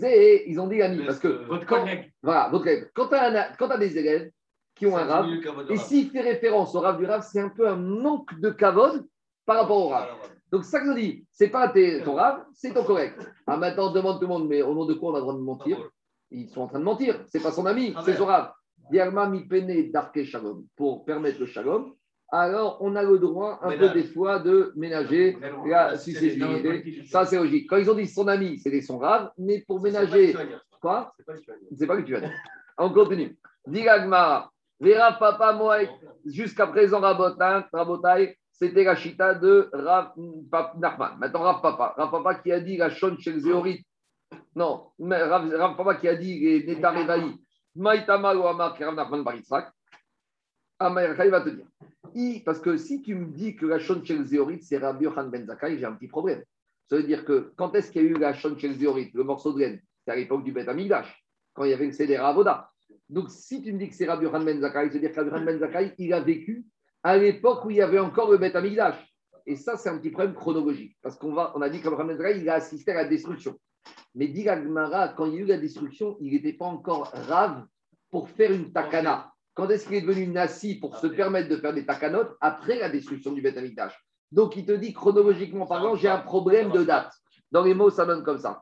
ils ont dit ami, parce que votre collègue. Voilà, votre collègue. Quand tu as des élèves qui ont un Rav, et s'il fait référence au Rav du Rav, c'est un peu un manque de kavod par rapport au Rav. Donc, ça que je dis, c'est pas ton Rav, c'est ton collègue. Ah, maintenant, on demande tout le monde, mais au nom de quoi on a le droit de mentir? Ils sont en train de mentir, c'est pas son ami, c'est son Rav. Diarma mi pene darke shalom, pour permettre le shalom. Alors, on a le droit, un peu des fois, de ménager la susceptibilité. Ça, c'est logique. Quand ils ont dit son ami, c'était son Rav, mais pour ménager. Quoi? C'est pas que tu vas dire. On continue. Digagmara. Vera Papa Moaï. Jusqu'à présent, Rabotai, c'était la chita de Rav Nachman. Maintenant, Rav Papa qui a dit la Shon Shel Zeorit. Non, Rav Papa qui a dit les Neta Revaï. Maïtama ou Amar Rav Nachman bar Yitzhak. Amayracha, il va te dire. Parce que si tu me dis que la Shon Shel Zeorit, c'est Rabbi Yochanan ben Zakkai, j'ai un petit problème. Ça veut dire que quand est-ce qu'il y a eu la Shon Shel Zeorit, le morceau de laine? C'est à l'époque du Beth Amikdash, quand il y avait le Seder Avoda. Donc si tu me dis que c'est Rabbi Yochanan ben Zakkai, c'est-à-dire que Rabbi Yochanan ben Zakkai, il a vécu à l'époque où il y avait encore le Beth Amikdash. Et ça, c'est un petit problème chronologique. Parce qu'on a dit que Rabbi Yochanan ben Zakkai, il a assisté à la destruction. Mais dit la Gemara, quand il y a eu la destruction, il n'était pas encore Rav pour faire une takana. Quand est-ce qu'il est devenu Nassi pour se permettre de faire des takanot? Après la destruction du Beth Amikdash. Donc, il te dit, chronologiquement parlant, j'ai un problème de date. Dans les mots, ça donne comme ça.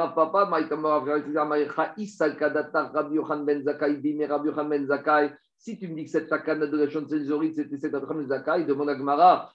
Si tu me dis que cette takana de la Shon Shel Zeorit, c'était cette takana de Zakkai, demande à Gemara,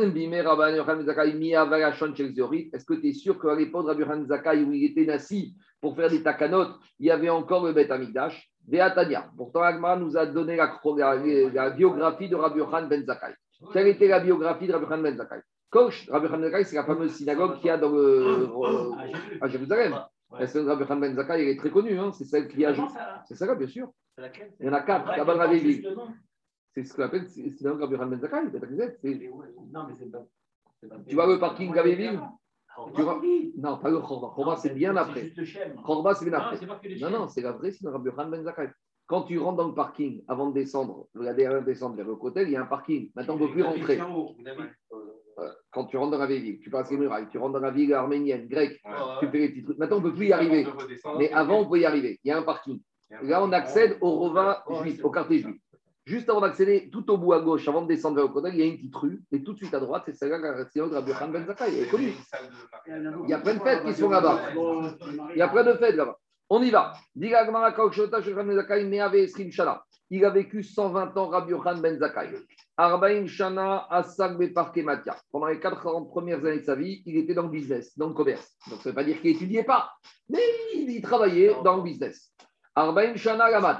est-ce que tu es sûr qu'à l'époque de Rabbi Yochanan Zakkai, où il était Nassi pour faire des takanot, il y avait encore le Beth Amikdash? Ve'atania. Pourtant, Agmara nous a donné la biographie de Rabbi Yochanan ben Zakkai. Quelle était la biographie de Rabbi Yochanan ben Zakkai? Rabbi Yochanan ben Zakkai, c'est la fameuse synagogue qu'il y a à Jérusalem. La synagogue de Rabbi Yochanan ben Zakkai, elle est très connue. Hein. C'est celle qui a. C'est ça, bien sûr. Il y en a 4. Là-bas, la ville. C'est ce qu'on appelle la synagogue de Rabbi Yochanan ben Zakkai. Non, mais c'est pas. Tu vois le parking de la ville? Non, pas le Chorba. Chorba, c'est bien après. Chorba, c'est bien après. Non, c'est la vraie synagogue de Rabbi Yochanan ben Zakkai. Quand tu rentres dans le parking, avant de descendre, la dernière descente vers le côté, il y a un parking. Maintenant, on ne peut plus rentrer. Quand tu rentres dans la vieille ville, tu passes les murailles, tu rentres dans la ville arménienne, grecque, tu fais les petits trucs. Maintenant, on ne peut plus y arriver. Mais avant, on peut y arriver. Il y a un parking. Là, on accède au Rova juif, au quartier juif. Juste avant d'accéder, tout au bout à gauche, avant de descendre vers le côté, il y a une petite rue. Et tout de suite à droite, c'est celle-là, la synagogue de Rabbi Yochanan ben Zakkai. Elle est connue. Il y a plein de fêtes qui sont là-bas. Il y a plein de fêtes là-bas. On y va. il a vécu 120 ans, Rabbi Yochanan ben Zakkai. Arbaïn Shana Asak Beparke Matia. Pendant les 40 premières années de sa vie, il était dans le business, dans le commerce. Donc ça ne veut pas dire qu'il n'étudiait pas, mais il travaillait dans le business. Arbaïn Shana Lamad.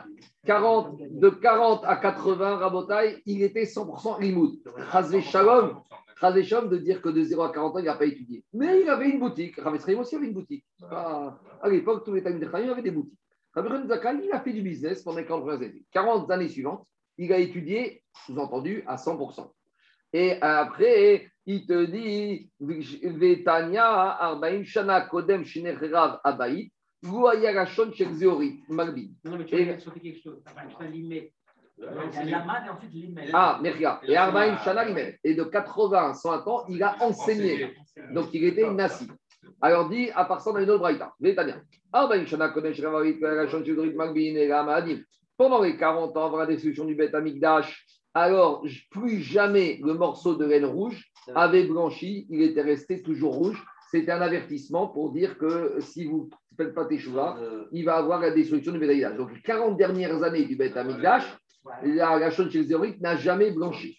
De 40 à 80, Rabotai, il était 100% limoud. Chazé Shalom de dire que de 0 à 40 ans, il n'a pas étudié. Mais il avait une boutique. Rabbi Sraïm aussi avait une boutique. À l'époque, tous les Talmidei Chachamim avaient des boutiques. Rabbi Yochanan ben Zakkai, il a fait du business pendant les 40 années. 40 années suivantes, il a étudié, sous-entendu, à 100%. Et après, il te dit Vetania, Arbaïm, Shana, Kodem, Shinerav, Abaït, Gouayagashon, Shekzeorit, Malbin. Non, mais tu vas sauter quelque chose. Arbaïm, Limé. Lamad et ensuite Limé. Ah, Merga. Et Arbaïm, Shana, Limé. Et de 80 à 100 ans, il a enseigné. Donc, il était Nassi. Alors, dit, à part ça, on a une autre braïta. Vetania. Arbaïm, Shana, Kodem, Shinerav, Gouayagashon, Shekzeorit, Malbin, et Ramadim. Pendant les 40 ans, avant la destruction du Beth Amikdash, alors plus jamais le morceau de laine rouge avait blanchi, il était resté toujours rouge. C'était un avertissement pour dire que si vous ne faites pas Teshuvah, il va avoir la destruction du Beth Amikdash. Donc les 40 dernières années du Beth Amikdash, la Shon Shel n'a jamais blanchi.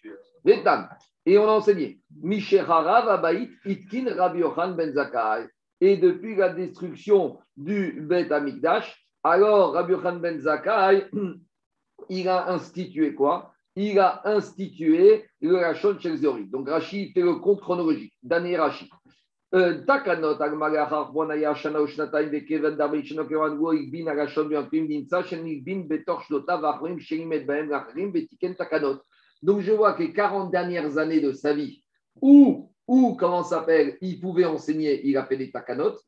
Et on a enseigné Mishecharav Abaït Itkin Rabbi Yochanan ben Zakkai. Et depuis la destruction du Beth Amikdash, alors, Rabbi Yochanan ben Zakkai, il a institué quoi? Il a institué le Rachon Shel Zori. Donc, Rashi fait le compte chronologique. Dané Rashi. Takanot, Agmalachar, Bonaya, Shana, Oshnataim, Bekeven, Darbe, Shenokeran, Goikbin, Arachon, Bianprim, Nimsa, Shenikbin, Betor, Shlota, Vachrim, Shelimet, Baem, Rachrim, Betiken, Takanot. Donc, je vois que les 40 dernières années de sa vie, où comment ça s'appelle, il pouvait enseigner, il a fait des Takanot.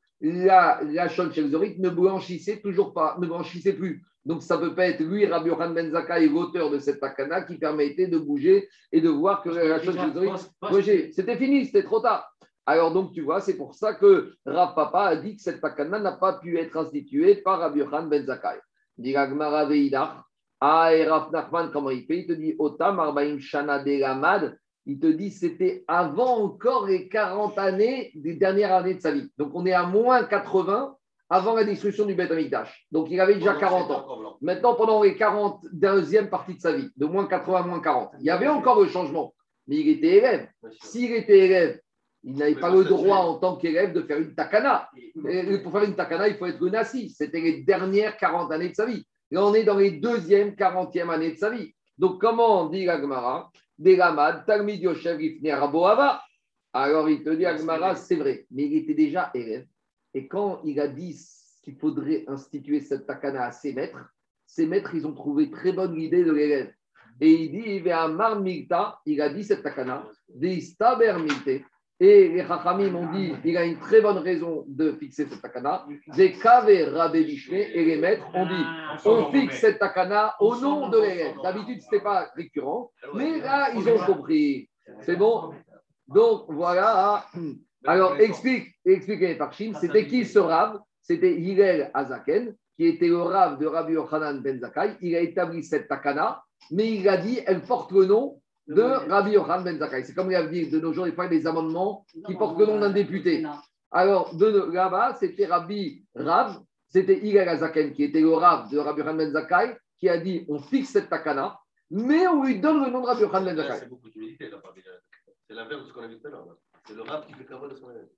La Shon Shel Zorit ne blanchissait toujours pas, ne blanchissait plus. Donc, ça ne peut pas être lui, Rabbi Yochanan ben Zakkai, l'auteur de cette takana qui permettait de bouger et de voir que la Shon Shel Zorit, c'était fini, c'était trop tard. Alors, donc, tu vois, c'est pour ça que Rav Papa a dit que cette takana n'a pas pu être instituée par Rabbi Yochanan ben Zakkai. Dit Gagmara Veidach, et Rav Nachman, comment il fait? Il te dit Otam Arbaim Shana de Ramad. Il te dit c'était avant encore les 40 années des dernières années de sa vie. Donc on est à moins 80 avant la destruction du Beth Amikdash. Donc il avait déjà 40 ans. Maintenant, pendant les 42e partie de sa vie, de moins 80 à moins 40, il y avait encore le changement. Mais il était élève. S'il était élève, il n'avait pas le droit en tant qu'élève de faire une takana. Et pour faire une takana, il faut être nassi. C'était les dernières 40 années de sa vie. Là, on est dans les 2e, 40e années de sa vie. Donc comment on dit la Gemara? Des Ramad, Talmid Yoshev Ifne Raboava. Alors il te dit, Agmara, c'est vrai, mais il était déjà élève. Et quand il a dit qu'il faudrait instituer cette takana à ses maîtres, ils ont trouvé très bonne l'idée de l'élève. Et il dit, il va à Marmilta, il a dit cette takana, des Staber Milte. Et les Chachamim m'ont dit, il a une très bonne raison de fixer cette takana. Des Kave Rabbe Bishme et les maîtres ont dit, on fixe cette takana au nom de l'élève. D'habitude, ce n'était pas récurrent, mais là, ils ont compris. C'est bon? Donc, voilà. Alors, explique les Parchim, c'était qui ce Rav? C'était Hillel Azaken, qui était le Rav de Rabbi Yochanan ben Zakkai. Il a établi cette takana, mais il a dit, elle porte le nom de Rabbi Yochanan ben Zakkai. C'est comme il a dit de nos jours, il faut des amendements qui portent le nom d'un député. Alors, là-bas, c'était Rav, c'était Hillel Azaken, qui était le Rav de Rabbi Yochanan ben Zakkai, qui a dit, on fixe cette takana, mais on lui donne le nom de Rabbi Yochanan ben Zakkai. C'est beaucoup d'humilité, c'est l'inverse de ce qu'on a vu tout à l'heure. C'est le Rav qui fait kavod de son élève.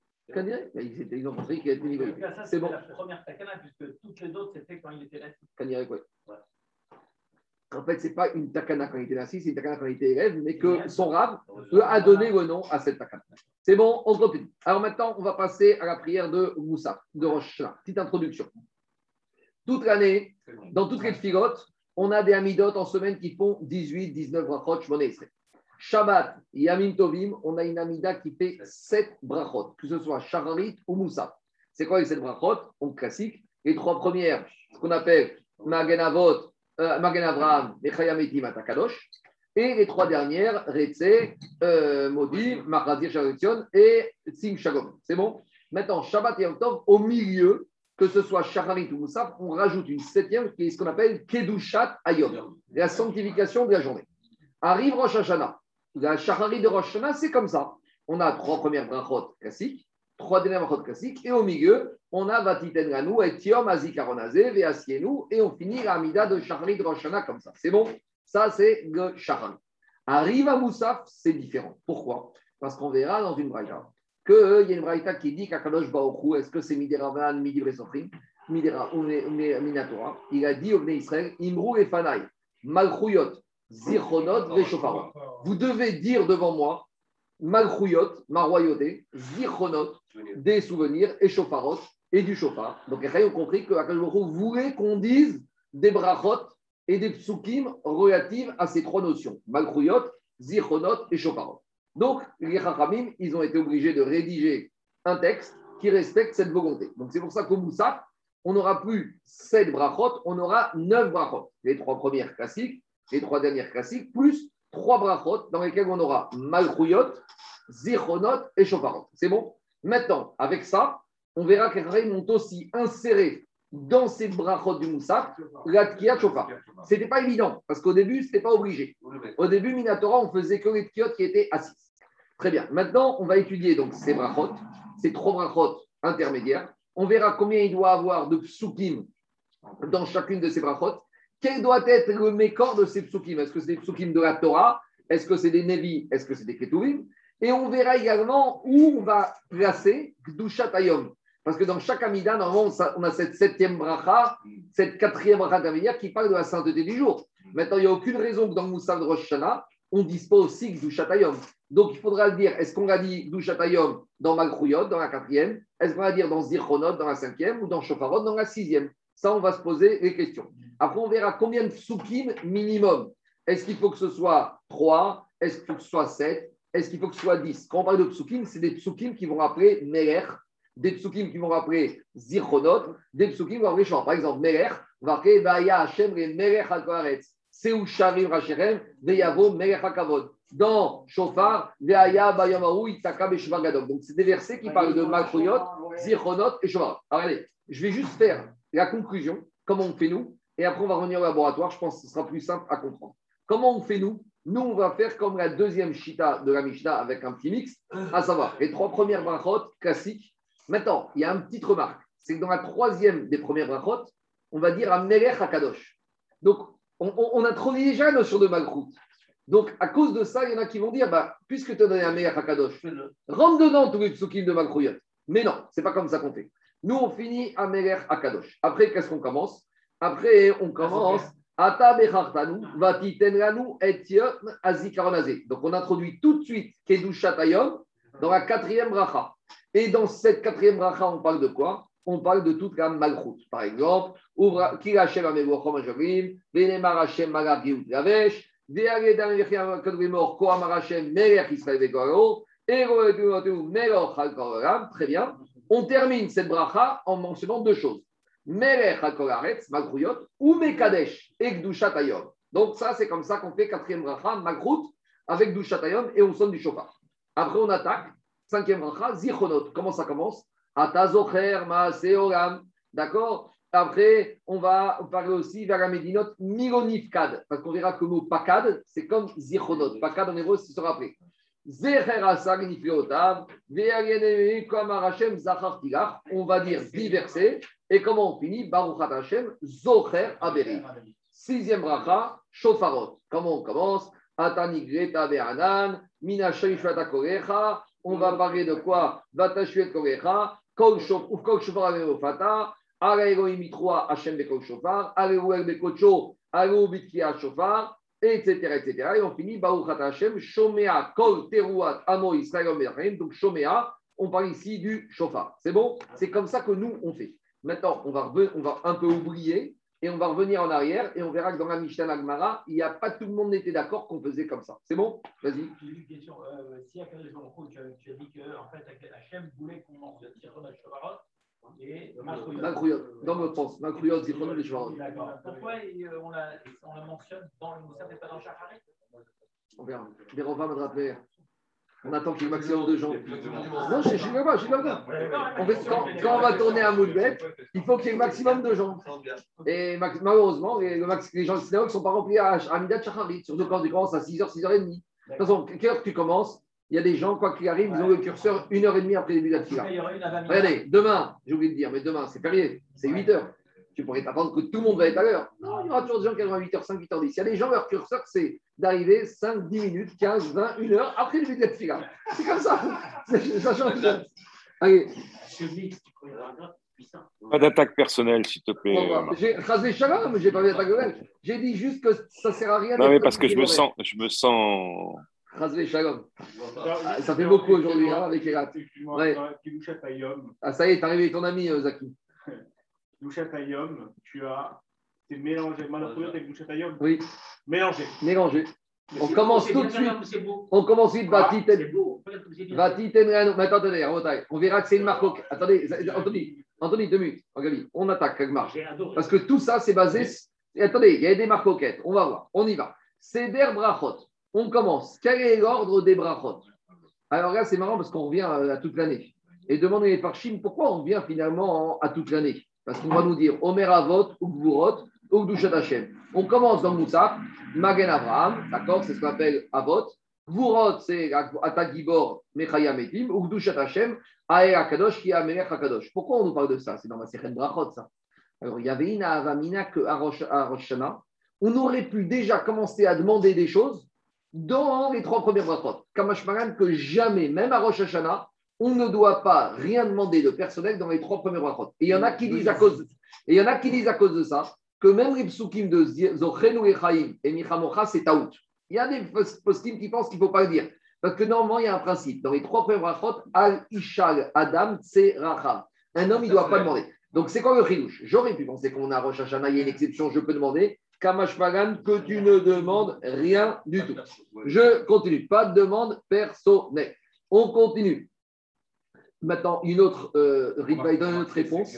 Ils ont compris qu'il a été négocié. C'est bon. La première takana, puisque toutes les autres, c'était quand il était assis. En fait, ce n'est pas une takana quand il était assis, c'est une takana quand il était élève, mais que son Rav a donné le nom à cette takana. C'est bon, on continue. Alors maintenant, on va passer à la prière de Moussa, de Rosh Hashanah. Petite introduction. Toute l'année, dans toutes les filotes, on a des amidot en semaine qui font 18, 19 brachot, Shmona Esrei. Shabbat, Yamim Tovim, on a une amida qui fait 7 brachot, que ce soit Shacharit ou Moussa. C'est quoi les 7 brachot? On classique. Les 3 premières, ce qu'on appelle Magen Avraham, Mechayam Etim Atakadosh. Et les 3 dernières, Retse, Modi, Machazir Sharetzion et Sim Shagom. C'est bon? Maintenant, Shabbat et Yom Tov, au milieu, que ce soit Shacharit ou Moussa, on rajoute une 7e qui est ce qu'on appelle Kedushat Ayom, la sanctification de la journée. Arrive Rosh Hashanah. La Shacharit de Rosh Hashanah, c'est comme ça. On a 3 premières brachot classiques, 3 dernières brachot classiques. Et au milieu, on a Vatiten Ganou, et Tiom, Azikaronazé, Veasienu, et on finit la Amida de Shahari de Rosh Hashanah comme ça. C'est bon? Ça, c'est le Shahar. Arrive à Moussaf, c'est différent. Pourquoi? Parce qu'on verra dans une braïta qu'il y a une braïta qui dit qu'Akadosh Baruch Hu, est-ce que c'est Midiravan, Midivre Sofrim, Midira ou Minatora? Il a dit au Bnei Israël, Imrou et Fanaï, Malchuyot, Zichronot, Veshofarot. Vous devez dire devant moi, Malchuyot, ma royauté, Zichronot, des souvenirs, et Shofarot, et du Shofar. Donc, les ont compris que Akadosh Baruch Hu voulait qu'on dise des brachot et des psukim relatives à ces trois notions, Malchuyot, Zichronot et Shofarot. Donc, les Chachamim, ils ont été obligés de rédiger un texte qui respecte cette volonté. Donc, c'est pour ça qu'au Moussaf, on n'aura plus 7 brachot, on aura 9 brachot. Les 3 premières classiques, les 3 dernières classiques, plus 3 brachot dans lesquels on aura Malchuyot, Zichronot et Shofarot. C'est bon? Maintenant, avec ça, on verra qu'elles ont aussi inséré dans ces brachot du Moussaf la Tkiyat Shofar. Ce n'était pas évident, parce qu'au début, ce n'était pas obligé. Au début, Minatora, on faisait que les Tkiyot qui étaient assis. Très bien. Maintenant, on va étudier donc ces brachot, ces 3 brachot intermédiaires. On verra combien il doit avoir de psukim dans chacune de ces brachot. Quel doit être le mécor de ces psukim? Est-ce que c'est des psukim de la Torah? Est-ce que c'est des Nevi? Est-ce que c'est des Ketuvim? Et on verra également où on va placer Gdushat Hayom. Parce que dans chaque Amida, normalement, on a cette 7e bracha, cette 4e bracha intermédiaire qui parle de la sainteté du jour. Maintenant, il n'y a aucune raison que dans le Moussaf de Rosh Hashanah, on dispose aussi Gdushat Hayom. Donc, il faudra le dire, est-ce qu'on l'a dit Gdushat Hayom dans Malchuyot, dans la 4e? Est-ce qu'on va dire dans Zichronot, dans la 5e? Ou dans Shofarot, dans la 6e? Ça, on va se poser les questions. Après, on verra combien de psukim minimum. Est-ce qu'il faut que ce soit 3? Est-ce qu'il faut que ce soit 7? Est-ce qu'il faut que ce soit 10? Quand on parle de psukim, c'est des psukim qui vont rappeler Meler, des psukim qui vont rappeler Zichronot, des psukim qui vont rappeler Shor. Par exemple, Meler, va rappeler Vaya Hashem et Meler HaKoaretz. Seu Sharim Racherem, Veyavo Meler HaKavod. Dans Shofar, Veaya Bayamahu Itaka Beshvar Gadol. Donc, c'est des versets qui parlent de Malchuyot, Zichronot et Shofar. Alors, allez, je vais juste faire la conclusion, comment on fait nous, et après, on va revenir au laboratoire. Je pense que ce sera plus simple à comprendre. Comment on fait nous? Nous, on va faire comme la deuxième shita de la Mishnah avec un petit mix, à savoir les 3 premières brachot classiques. Maintenant, il y a une petite remarque, c'est que dans la 3e des premières brachot, on va dire à Melech HaKadosh. Donc, on introduit déjà la notion de Malchut. Donc, à cause de ça, il y en a qui vont dire, puisque tu as donné un Melech HaKadosh, rentre dedans tous les psukim de Malchuyot. Mais non, ce n'est pas comme ça qu'on fait. Nous, on finit à Melech HaKadosh. Après, qu'est-ce qu'on commence? Après, on commence Ata bechartanu, vatiten lanu et yom azikaronazé. Donc, on introduit tout de suite Kedushat Hayom dans la 4e bracha. Et dans cette 4e bracha, on parle de quoi? On parle de toute la malchut. Par exemple, Ki Hashem amevochom ajavim, Venemar Hashem malach giut yavesh, Ve'aledam vechiyam kadrimor koamar Hashem melech Israël vegoro, Eroetunotu melech halkoram. Très bien. On termine cette bracha en mentionnant 2 choses. Melech HaKoaretz, Malchuyot, ou Mekadesh, et Gdushat Hayom. Donc, ça, c'est comme ça qu'on fait 4e bracha, Malchut, avec Gdushat Hayom, et on sonne du shofar. Après, on attaque, 5e bracha, Zichronot. Comment ça commence? Atazocher, Maaseh Olam. D'accord? Après, on va parler aussi vers la Médinot, Milonifkad, parce qu'on verra que le mot Pakad, c'est comme Zichronot. Pakad en hébreu, c'est se rappeler. Zecher Asar Nifleotav, Ve'agenemi Kamar Hashem Zachar Tilach. On va dire 10 versets. Et comment on finit? Baruch Hashem, Zocher Aberi. 6e bracha, Shofarot. Comment on commence? Atani Greta Ve'anan, Mina Shayfata Korecha. On va parler de quoi? Vatashuet Korecha, Kol Shofar Aveofata, Ara Elohim Itroa Hashem Bekol Shofar, Aleuel Bekocho, Aleu Bitkia Shofar, etc., etc. Et on finit Baruch Hashem, Shomea Kol Teruat Amo Israël Merachim. Donc Shomea, on parle ici du Shofar. C'est bon? C'est comme ça que nous, on fait. Maintenant, on va un peu oublier et on va revenir en arrière et on verra que dans la Mishnah Gemara, il n'y a pas tout le monde n'était d'accord qu'on faisait comme ça. C'est bon? Vas-y. J'ai une question. Si à quel moment tu as dit que en fait, Hachem voulait qu'on mange le Zichron de Shofarot et Malchuyot, dans notre sens. Malchuyot, Zichron de Shofarot. D'accord. Pourquoi on la mentionne dans le Moussaf et pas dans Shacharit? On verra. Vérova m'a rappelé. On attend qu'il y ait le maximum de gens. Non, je suis là-bas, Quand on va tourner à Moudbet, il faut qu'il y ait le maximum de gens. Et malheureusement, les gens de synagogue ne sont pas remplis à Midat Shacharit. Surtout quand tu commences à 6h, 6h30. De toute façon, quelle heure tu commences? Il y a des gens, quoi qu'il arrive, ils ont le curseur 1h30 après le début de la fila. Il y aura une avant. Regardez, demain, j'ai oublié de dire, mais demain, c'est férié, c'est 8h. Tu pourrais t'attendre que tout le monde va être à l'heure. Non, il y aura toujours des gens qui arrivent à 8h05, 8h10. Il y a des gens, leur curseur, c'est d'arriver 5, 10 minutes, 15, 20, 1h après le début de la fila. C'est comme ça. Ça change. Allez. Pas d'attaque personnelle, s'il te plaît. J'ai rasé Shalom, j'ai pas vu d'attaque personnelle. J'ai dit juste que ça sert à rien. Non, mais parce que je me sens. Rasé Shalom. Ça fait beaucoup aujourd'hui avec Erat. Ouais. Ah, ça y est, t'es arrivé avec ton ami, Zaki. Douchat Ayom, c'est mélangé. Malachuyot avec Douchat Ayom. Oui. Mélangé. On commence tout de suite. On commence vite. Vatiten Rano. Mais attendez, on verra que c'est une marque. Attendez, Anthony, 2 minutes. On attaque quelque marque. Parce que tout ça, c'est basé. Attendez, il y a des marques coquettes. On va voir. On y va. Seder Brachot. On commence. Quel est l'ordre des Brachot? Alors là, c'est marrant parce qu'on revient à toute l'année. Et demandez les Parchim pourquoi on vient finalement à toute l'année. Parce qu'on va nous dire Omer Avot, Ugvurot, Ugdushat Hashem. On commence dans le Moussaf, Magen Avraham, d'accord, c'est ce qu'on appelle Avot. Gvurot, c'est Atagibor, Mechaya Metim, Ugdushat Hashem, Aer Akadosh, qui est Amelech Akadosh. Pourquoi on nous parle de ça? C'est dans ma Sechen Brachot, ça. Alors, il y avait une Avamina que à Rosh Hashanah, on aurait pu déjà commencer à demander des choses dans les 3 premières brachot. Kamashmaran, que jamais, même à Rosh Hashanah, on ne doit pas rien demander de personnel dans les 3 premières brachot. Et il y en a qui disent à cause de ça que même les psukim de Zochenu et Chaim et Michamocha, c'est taout. Il y a des poskim qui pensent qu'il ne faut pas le dire. Parce que normalement, il y a un principe. Dans les 3 premières brachot, Al Ishal Adam Tse Racham. Un homme, il ne doit pas demander. Donc, c'est quoi le chidouche? J'aurais pu penser qu'on a Rosh Hashanah, il y a une exception, je peux demander. Kamash Pagan, que tu ne demandes rien du tout. Je continue. Pas de demande personnelle. On continue. Maintenant, une autre réponse.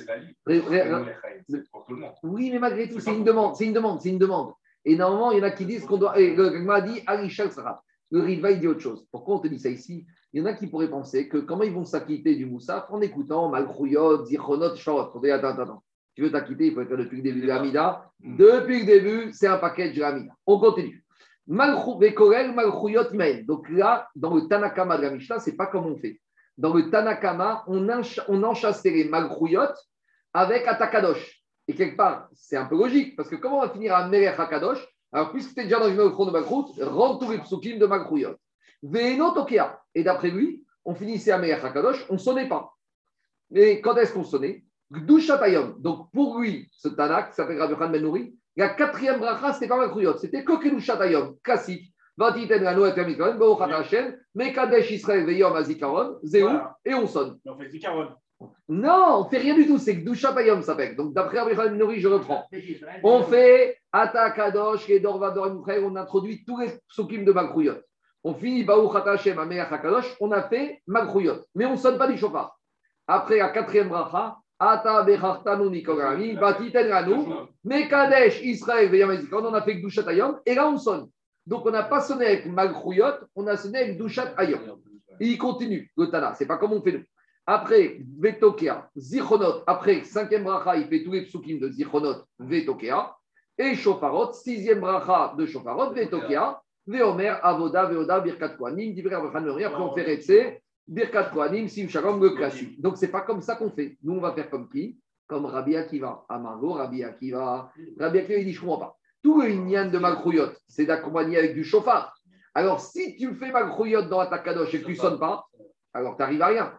Oui, mais malgré tout, c'est une demande. Et normalement, il y en a qui disent qu'on doit. Et le Gagma a dit Alishal Sarah. Le Ritva, il dit autre chose. Pourquoi on te dit ça ici? Il y en a qui pourraient penser que comment ils vont s'acquitter du Moussaf en écoutant Malchuyot, Zichronot, Shorot. Attends. Tu veux t'acquitter, il faut être depuis le début de l'Amida. Depuis le début, c'est un package de l'Amida. On continue. Malchuyot Imael. Donc là, dans le Tanakama de la Mishnah, ce n'est pas comme on fait. Dans le Tanakama, on enchâssait les Malchuyot avec Atakadosh. Et quelque part, c'est un peu logique, parce que comment on va finir à Melech Hakadosh? Alors, puisque tu es déjà dans une offre de Malchut, rentre tous les psukim de Malchuyot. Ve'eno Tokea. Et d'après lui, on finissait à Melech Hakadosh, on ne sonnait pas. Et quand est-ce qu'on sonnait? Gdushatayom. Donc, pour lui, ce Tanak, qui s'appelle Rabbi Khan Ben Nouri, la 4e bracha, c'était pas Malchuyot, c'était que Kedushatayom, classique. Vatiten Rano et Termikon, Be'ochat Hashem, Mekadesh Israël Ve'yom Azikaron, Zéou, et on sonne. On fait Zikaron. Non, on ne fait rien du tout, c'est Gdushatayom, ça fait. Donc, d'après Rabbi Khan Ben Nouri, je reprends. On fait Atakadosh, Kedor Vador, on introduit tous les psukim de Malchuyot. On finit Be'ochat Hashem, Amelech Hakadosh, on a fait Malchuyot, mais on ne sonne pas du shofar. Après la 4e bracha, Ata Bechartanu Nikorami, Batiten Ranu, Mekadesh Israël Ve'yom Azikaron, on a fait Gdushatayom, et là on sonne. Donc, on n'a pas sonné avec Malchuyot, on a sonné avec Dushat Ayom. Et il continue, le Tana, c'est pas comme on fait nous. Après, Vetokea, Zichonot, après, 5e bracha, il fait tous les psukim de Zichonot, Vetokea, et Shofarot, 6e bracha de Shofarot, Vetokea, Veomer, Avoda, Veoda, Birkat Kohanim, Divrei Rabbi Khan Meri, après on fait Retse, Birkat Kohanim, Sim Shalom, le classique. Donc, c'est pas comme ça qu'on fait. Nous, on va faire comme qui? Comme Rabbi Akiva. Amargo, Rabbi Akiva. Rabbi Akiva, il dit, je ne comprends pas. Tout le Inyan de Malchuyot, c'est d'accompagner avec du chauffard. Alors, si tu fais Malchuyot dans ta kadosh et que tu ne sonnes pas, alors tu n'arrives à rien.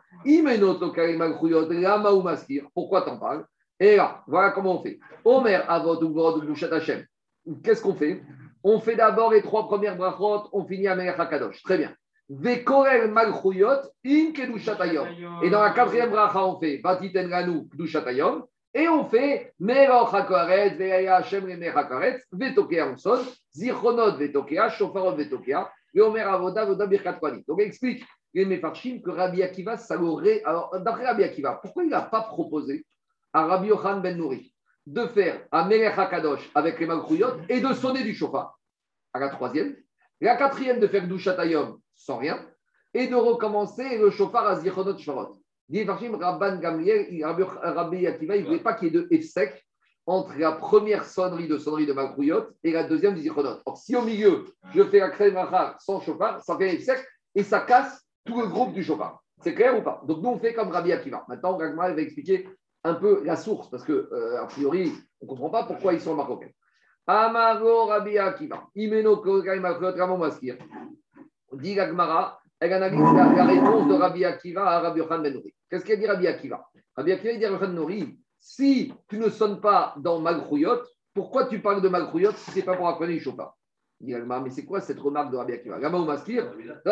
Pourquoi t'en parles? Et là, voilà comment on fait. Omer, Avot, Uvorod, Bouchat Hashem. Qu'est-ce qu'on fait? On fait d'abord les 3 premières brachot, on finit à Melech HaKadosh. Très bien. Vekorel Malchuyot, in Kedushat Hayom. Et dans la 4e bracha, on fait Vatiten Ranu, Kedushat Hayom. Et on fait Meroch HaKaretz, Ve'aya Hashem Remech HaKaretz, Vetokea on sonne, Zichronot Vetokea, Shofarot Vetokea, Veomer Avoda, Voda Birkat Kohanim. Donc, il explique les Mefarshim que Rabbi Akiva, ça l'aurait. Alors, d'après Rabbi Akiva, pourquoi il n'a pas proposé à Rabbi Yochanan Ben Nouri de faire un Melech HaKadosh avec les Malchuyot et de sonner du shofar à la 3e, la 4e de faire Dushat Hayom sans rien, et de recommencer le shofar à Zichronot Shofarot. Rabban Gamliel, Rabbi Akiva, il ne voulait pas qu'il y ait de F-sec entre la première sonnerie de Malchuyot et la 2e du Zichronot. Or, si au milieu, je fais la Krem Racha sans chauffard, ça fait F-sec et ça casse tout le groupe du chauffard. C'est clair ou pas? Donc, nous, on fait comme Rabbi Akiva. Maintenant, Gagmara va expliquer un peu la source, parce que, a priori, on ne comprend pas pourquoi ils sont marocains. Amaro Rabbi Akiva. Imeno Kogai Makrot Ramon Maskir. Dit Gagmara, elle analyse la réponse de Rabbi Akiva à Rabbi Yochanan Ben Nori. Qu'est-ce qu'il dit Rabbi Akiva? Rabbi Akiva dit à Rabbi Yochanan Ben Nori, si tu ne sonnes pas dans Malchuyot, pourquoi tu parles de Malchuyot si ce n'est pas pour apprendre du chauffard? Il dit Gagmara, mais c'est quoi cette remarque de Rabbi Akiva? Gama ou Maskir,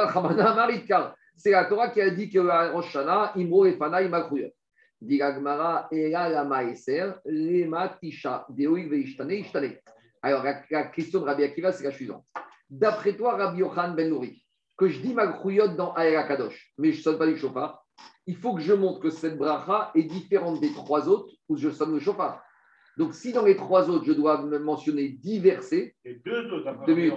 c'est la Torah qui a dit que Rosh Hashanah, Imro et Fana, Malchuyot. Dit Gagmara, Ela la Maeser, Lema Tisha, Deoi Veishtane, Ishtane. Alors, la question de Rabbi Akiva, c'est la suivante. D'après toi, Rabbi Yochanan Ben Nori, que je dis Malchuyot dans Aera Kadosh, mais je ne sonne pas du chauffard, il faut que je montre que cette bracha est différente des trois autres où je sonne le chauffard. Donc, si dans les trois autres, je dois mentionner 10 versets. Et deux autres,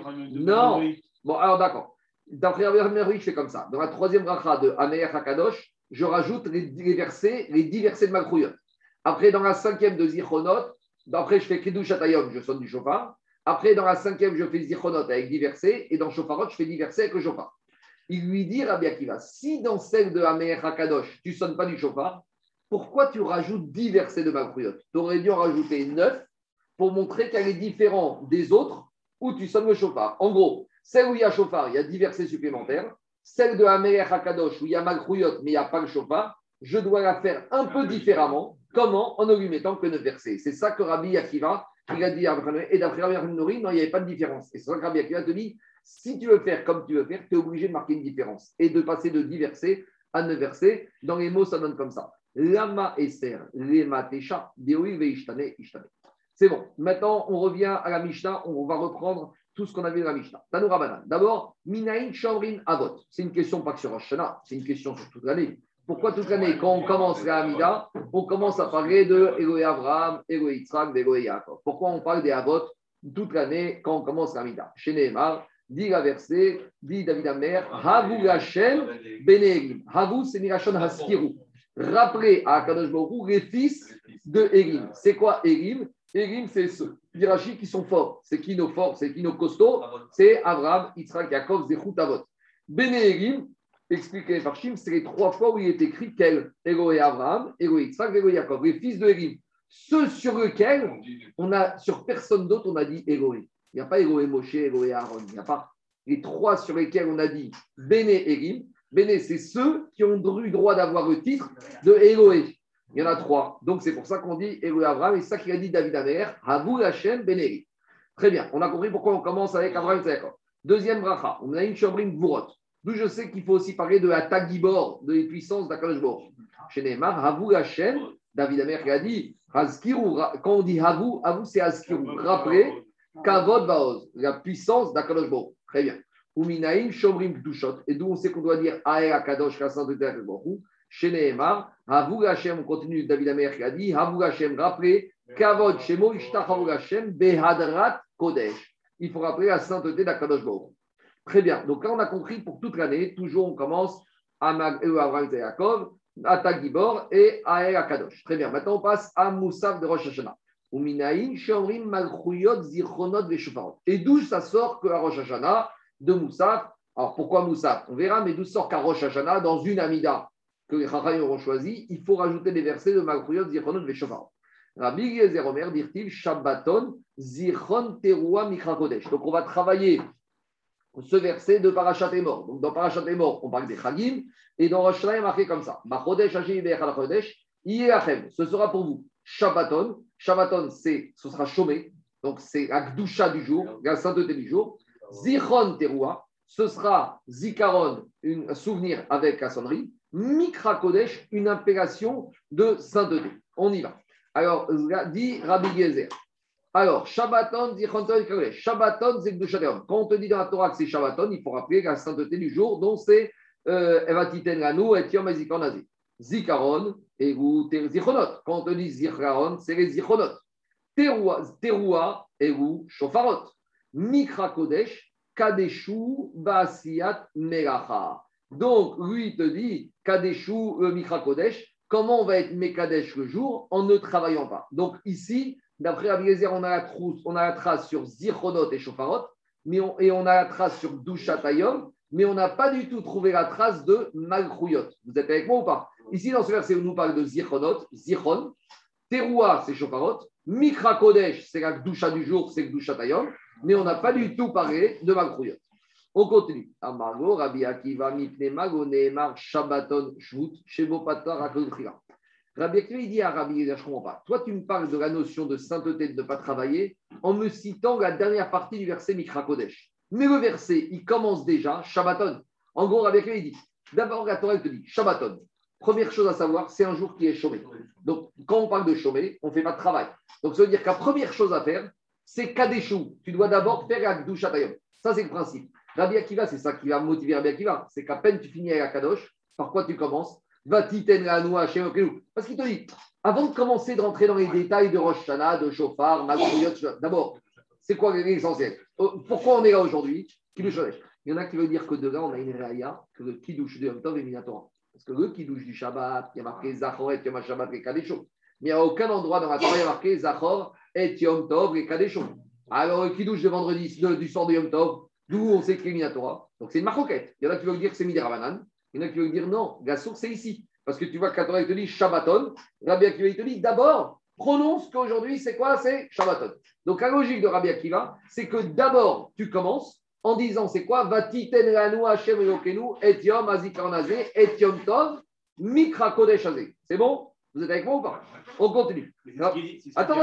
non. Bon, alors d'accord. D'après Rabbi Yochanan Ben Nori, je fais comme ça. Dans la troisième bracha de Aera Kadosh, je rajoute les 10 versets de Malchuyot. Après, dans la cinquième de Zichronot, après, je fais Kiddush Hatayom, je sonne du chauffard. Après, dans la cinquième, je fais Zichronot avec 10 versets. Et dans Shofarot, je fais 10 versets avec le chauffard. Il lui dit, Rabbi Akiva, si dans celle de Amer HaKadosh, tu ne sonnes pas du chauffard, pourquoi tu rajoutes 10 versets de Malchuyot? Tu aurais dû en rajouter 9 pour montrer qu'elle est différente des autres où tu sonnes le chauffard. En gros, celle où il y a chauffard, il y a 10 versets supplémentaires. Celle de Amer HaKadosh, où il y a Malchuyot, mais il n'y a pas le chauffard, je dois la faire un peu différemment. Comment? En ne lui mettant que 9 versets. C'est ça que Rabbi Akiva, il a dit, et d'après Rabbi Yochanan Ben Nori, non, il n'y avait pas de différence. Et c'est ça que Rabbi Akiva te dit, si tu veux faire comme tu veux faire, tu es obligé de marquer une différence et de passer de 10 versets à 9 versets. Dans les mots, ça donne comme ça. Lama eser, lema tesha, deoi veishtane, ishtane. C'est bon. Maintenant, on revient à la Mishnah. On va reprendre tout ce qu'on a vu dans la Mishnah. Tanou Rabanan. D'abord, Minaïn Shamrin Avot. C'est une question pas que sur Rosh Hashanah, c'est une question sur toute l'année. Pourquoi toute l'année, quand on commence la Hamida, on commence à parler de Eloé Abraham, Eloé Yitzhak, Eloé Yaakov? Pourquoi on parle des Avot toute l'année quand on commence la Hamida? Chez Nehemar, dit la verset, dit David Amer, Havu Hashem Benerim. Havu, c'est Mirachon Haskiru. Rappelez à Akadosh Baruch Hu les fils de Erim. C'est quoi Erim? Erim, c'est ceux, Rashi, qui sont forts. C'est qui nos forts? C'est qui nos costauds? C'est Abraham, Yitzhak, Yaakov, Zechut, Avot. Benerim, expliqué par Shim, c'est les 3 fois où il est écrit quel? Eloé Abraham, Eloé Yitzhak, Eloé Yaakov, les fils de Erim. Ceux sur lesquels on a, sur personne d'autre, on a dit Eloé. Il n'y a pas Eloé Moshe, Eloé Aaron. Il n'y a pas. Les 3 sur lesquels on a dit Béné Erim. Béné, c'est ceux qui ont eu droit d'avoir le titre de Eloé. Il y en a 3. Donc c'est pour ça qu'on dit Eloé Abraham. Et c'est ça qu'il a dit David Amer. Havou Hashem Béné Erim. Très bien. On a compris pourquoi on commence avec Abraham et Yaakov. Deuxième bracha. On a une chambrin Gvurot. D'où je sais qu'il faut aussi parler de la Tagibor, de les puissances d'Akadosh Baruch Hu. Chez Neymar, Havou Hashem, David Amer a dit, Hazkiru, quand on dit Havou, Havou c'est Hazkiru. Rappelez, Kavod Vaoz, la puissance d'Akadosh Baruch Hu. Très bien. Uminaim Shomrim Kdushot. Et d'où on sait qu'on doit dire Aer Akadosh, la sainteté d'Akadosh Baruch Hu. Chez Neymar, Havou Hashem, on continue, David Amer a dit, Havou Hashem, rappelez, Kavod Shemo Ishtach Havou Hashem, Behadrat Kodesh. Il faut rappeler la sainteté d'Akadosh Baruch Hu. Très bien. Donc là, on a compris pour toute l'année, toujours on commence à Abraham et Yaakov, à Tagibor et à El Akadosh. Très bien. Maintenant, on passe à Moussaf de Rosh Hashanah. Et d'où ça sort qu'à Rosh Hashanah, de Moussaf? Alors pourquoi Moussaf? On verra, mais d'où sort qu'à Rosh Hashanah, dans une Amida que les Chachamim auront choisi, il faut rajouter des versets de Malchuyot, Zichronot, Veshofarot. Rabbi Eliezer Omer, dirtiv Shabbaton, Zichron, Teroua, Mikra Kodesh. Donc on va travailler ce verset de Parashat Emor. Donc dans Parashat Emor, on parle des Chagim, et dans Rosh Hashanah, il est marqué comme ça. Bachodesh, Hashim, Bechal Chodesh, Yelachem. Ce sera pour vous Shabbaton. Shabbaton, ce sera Shomé, donc c'est la Gdusha du jour, la sainteté du jour. Zichron Teroua, ce sera Zikaron, un souvenir avec la sonnerie. Mikra Kodesh, une impération de sainteté. On y va. Alors, dit Rabbi Yezer. Alors, Shabbaton, Zichronton, Shabbaton, c'est Gdushateon. Quand on te dit dans la Torah que c'est Shabbaton, il faut rappeler la sainteté du jour, dont c'est Evatiten Lanu et Yom Ezikon Nazi. Zikaron et ou Zichronot. Quand on te dit Zikaron, c'est les Zichronot. Teroua et ou Shofarot. Mikra Kodesh, Kadeshu, Baasiyat, Melacha. Donc, lui, il te dit Kadeshu, Mikra Kodesh, comment on va être Mekadesh le jour en ne travaillant pas. Donc, ici, d'après Rabbi Eliezer, on a la trace sur Zichronot et Shofarot, et on a la trace sur Dushat Hayom, mais on n'a pas du tout trouvé la trace de Malchuyot. Vous êtes avec moi ou pas? Ici, dans ce verset, on nous parle de Zichronot, Zichron, Teroua, c'est Shofarot, Mikra Kodesh, c'est la Gdusha du jour, c'est Gdusha Tayom, mais on n'a pas du tout parlé de Malchuyot. On continue. Amargo, Rabbi Akiva, Mipne Mago, Nehemar, Shabbaton, Shvut, Shebo Patar, Akol Trila. Rabbi Akiva, il dit à Rabbi Eliezer, je ne comprends pas. Toi, tu me parles de la notion de sainteté de ne pas travailler en me citant la dernière partie du verset Mikra Kodesh. Mais le verset, il commence déjà, Shabbaton. En gros, Rabbi Akiva, il dit, d'abord, la Torah, elle te dit, Shabbaton. Première chose à savoir, c'est un jour qui est chômé. Donc, quand on parle de chômé, on ne fait pas de travail. Donc, ça veut dire que la première chose à faire, c'est Kadeshou. Tu dois d'abord faire la Gdusha Tayom. Ça, c'est le principe. Rabbi Akiva, c'est ça qui va motiver Rabbi Akiva. C'est qu'à peine tu finis avec la Kadosh, par quoi tu commences? Va-ti-ten la noix chez Okelou. Parce qu'il te dit, avant de commencer de rentrer dans les détails de Rosh Hashanah, de Shofar, Malchuyot, d'abord, c'est quoi l'essentiel? Pourquoi on est là aujourd'hui? Kiddush Hadesh. Il y en a qui veulent dire que de là, on a une réaya, que le Kiddush de Yom Tov est Minatora. Parce que le Kiddush du Shabbat, il y a marqué Zachor et Yom Shabbat et Kadeshot. Mais il n'y a aucun endroit dans la Torah, il y a marqué Zachor et Yom Tov et Kadeshot. Alors, le Kiddush de vendredi, du sort de Yom Tov, d'où on sait qu'il y a Minatora. Donc, c'est une marcoquette. Il y en a qui veulent dire que c'est Midirabanan. Il y en a qui veulent dire non, la source c'est ici. Parce que tu vois que la Torah te dit Shabbaton, Rabbi Akiva il te dit d'abord, prononce qu'aujourd'hui c'est quoi? C'est Shabbaton. Donc la logique de Rabbi Akiva, c'est que d'abord tu commences en disant c'est quoi? Vatiten lanu Hashem Elokenu et yom azikarnazé et yom tov mikra kodesh hazé. C'est bon? Vous êtes avec moi ou pas? On continue. Attends,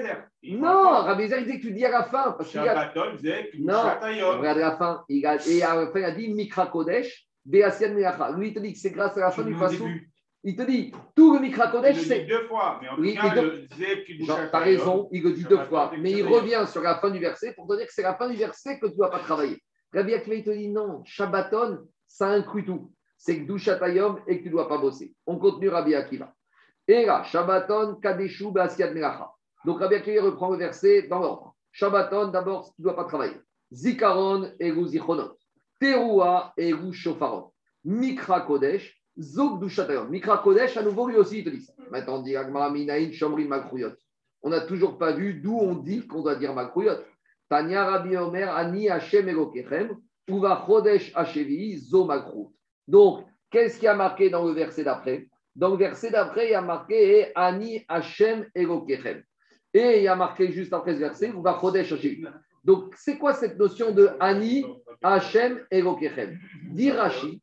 non, Rabbi Eliezer il dit que tu dis à la fin. Parce qu'il non, regarde la fin. Et à la fin il a dit mikra kodesh. Lui, il te dit que c'est grâce à la fin du passage. Il te dit, tout le Mikra Kodesh, c'est. Il le dit 2 fois, mais en oui, tout cas, tu as raison, il le dit 2 fois. Mais il revient sur la fin du verset pour te dire que c'est la fin du verset que tu ne dois pas travailler. Rabbi Akiva, il te dit non, Shabbaton, ça inclut tout. C'est Gdushat Hayom et que tu ne dois pas bosser. On continue Rabbi Akiva. Et là, Shabbaton, Kadeshu, Basiad Melacha. Donc Rabbi Akiva reprend le verset dans l'ordre. Shabbaton, d'abord, tu ne dois pas travailler. Zikaron et Zichronot. Teroua et Shofarot. Mikra Kodesh, Zog du Shatayom. Mikra Kodesh, à nouveau, lui aussi, il te dit ça. Maintenant, on dit Agmara Minaïn, Shomri Malchuyot. On n'a toujours pas vu d'où on dit qu'on doit dire Malchuyot. Tanya Rabbi Omer, Ani Hashem Elokechem, Uva Chodesh Hashevi, Zo Malchut. Donc, qu'est-ce qui a marqué dans le verset d'après? Dans le verset d'après, il y a marqué Ani Hashem Elokechem. Et il y a marqué juste après ce verset, Uva Chodesh Hashevi. Donc, c'est quoi cette notion de Ani Hashem Elokechem? Dirachi,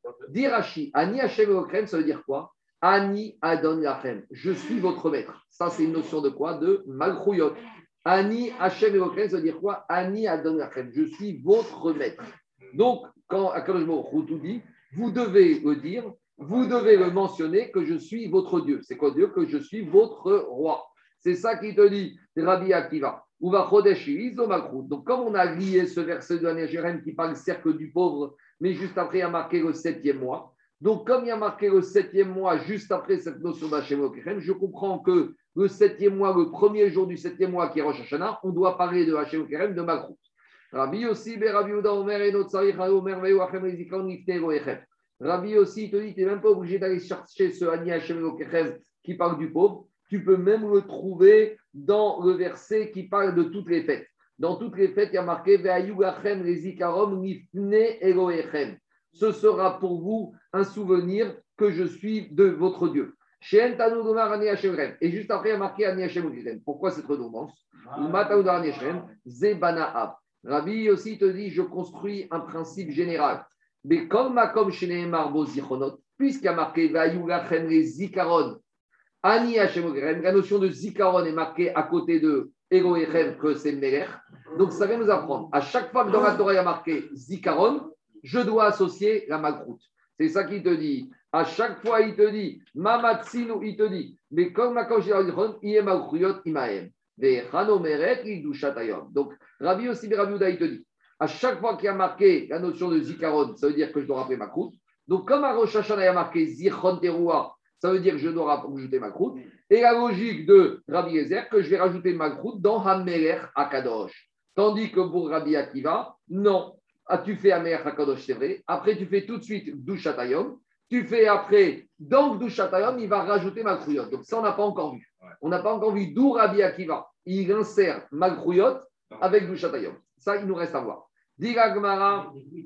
Ani Hashem Elokechem, ça veut dire quoi? Ani Adon Lachem, je suis votre maître. Ça, c'est une notion de quoi? De Malchuyot. Ani Hashem Elokechem, ça veut dire quoi? Ani Adon Lachem, je suis votre maître. Donc, quand Akadosh Baruch Hu dit, vous devez le dire, vous devez le mentionner que je suis votre Dieu. C'est quoi Dieu? Que je suis votre roi. C'est ça qui te dit Rabbi Akiva. Donc, comme on a lié ce verset de l'année Jérém qui parle cercle du pauvre, mais juste après, il y a marqué le 7e mois. Donc, comme il y a marqué le 7e mois, juste après cette notion d'Hachem Elokechem, je comprends que le 7e mois, le premier jour du 7e mois qui est Rosh Hashanah, on doit parler de Hachem Elokechem, de Malchut. Rabbi aussi, Rabbi Uda Omer, et notre Sarich, Omer, Veu, Hachem Elizikon, Nifte, Elohechem. Rabbi aussi, il te dit, tu n'es même pas obligé d'aller chercher ce Ani Hachem Elokechem qui parle du pauvre. Tu peux même le trouver dans le verset qui parle de toutes les fêtes. Dans toutes les fêtes, il y a marqué Ve'ayugachem rezikarom nifne Elohechem. Ce sera pour vous un souvenir que je suis de votre Dieu. Et juste après, il y a marqué Ani Hashem Elokechem. Pourquoi cette redondance? Rabbi aussi te dit je construis un principe général. Mais comme Makom Sheneemar Bo Zichronot, puisqu'il y a marqué Ve'ayugachem rezikaron. Ani Hashem Elokechem, la notion de Zikaron est marquée à côté de Elohechem, que c'est Melech. Donc ça vient nous apprendre. À chaque fois que dans la Torah il y a marqué Zikaron, je dois associer la Malchut. C'est ça qu'il te dit. À chaque fois il te dit Mamatsinu, il te dit mais comme Makom Sheneemar Iye Malchuyot Imaem. Ve'echano Merech Idushat Hayom. Donc Rabbi aussi, Rabbi Uda, il te dit à chaque fois qu'il y a marqué la notion de Zikaron, ça veut dire que je dois rappeler Malchut. Donc comme à Rosh Hashanah il y a marqué Zichron Teruah, ça veut dire que je dois rajouter Malchut. Et la logique de Rabbi Eliezer, que je vais rajouter Malchut dans Hamelech Akadosh. Tandis que pour Rabbi Akiva, non. Ah, tu fais Hamelech Akadosh, c'est vrai. Après, tu fais tout de suite Gdushat Hayom. Tu fais après, dans Gdushat Hayom, il va rajouter Malchuyot. Donc ça, on n'a pas encore vu. On n'a pas encore vu d'où Rabbi Akiva. Il insère Malchuyot avec Gdushat Hayom. Ça, il nous reste à voir. Diga Gemara.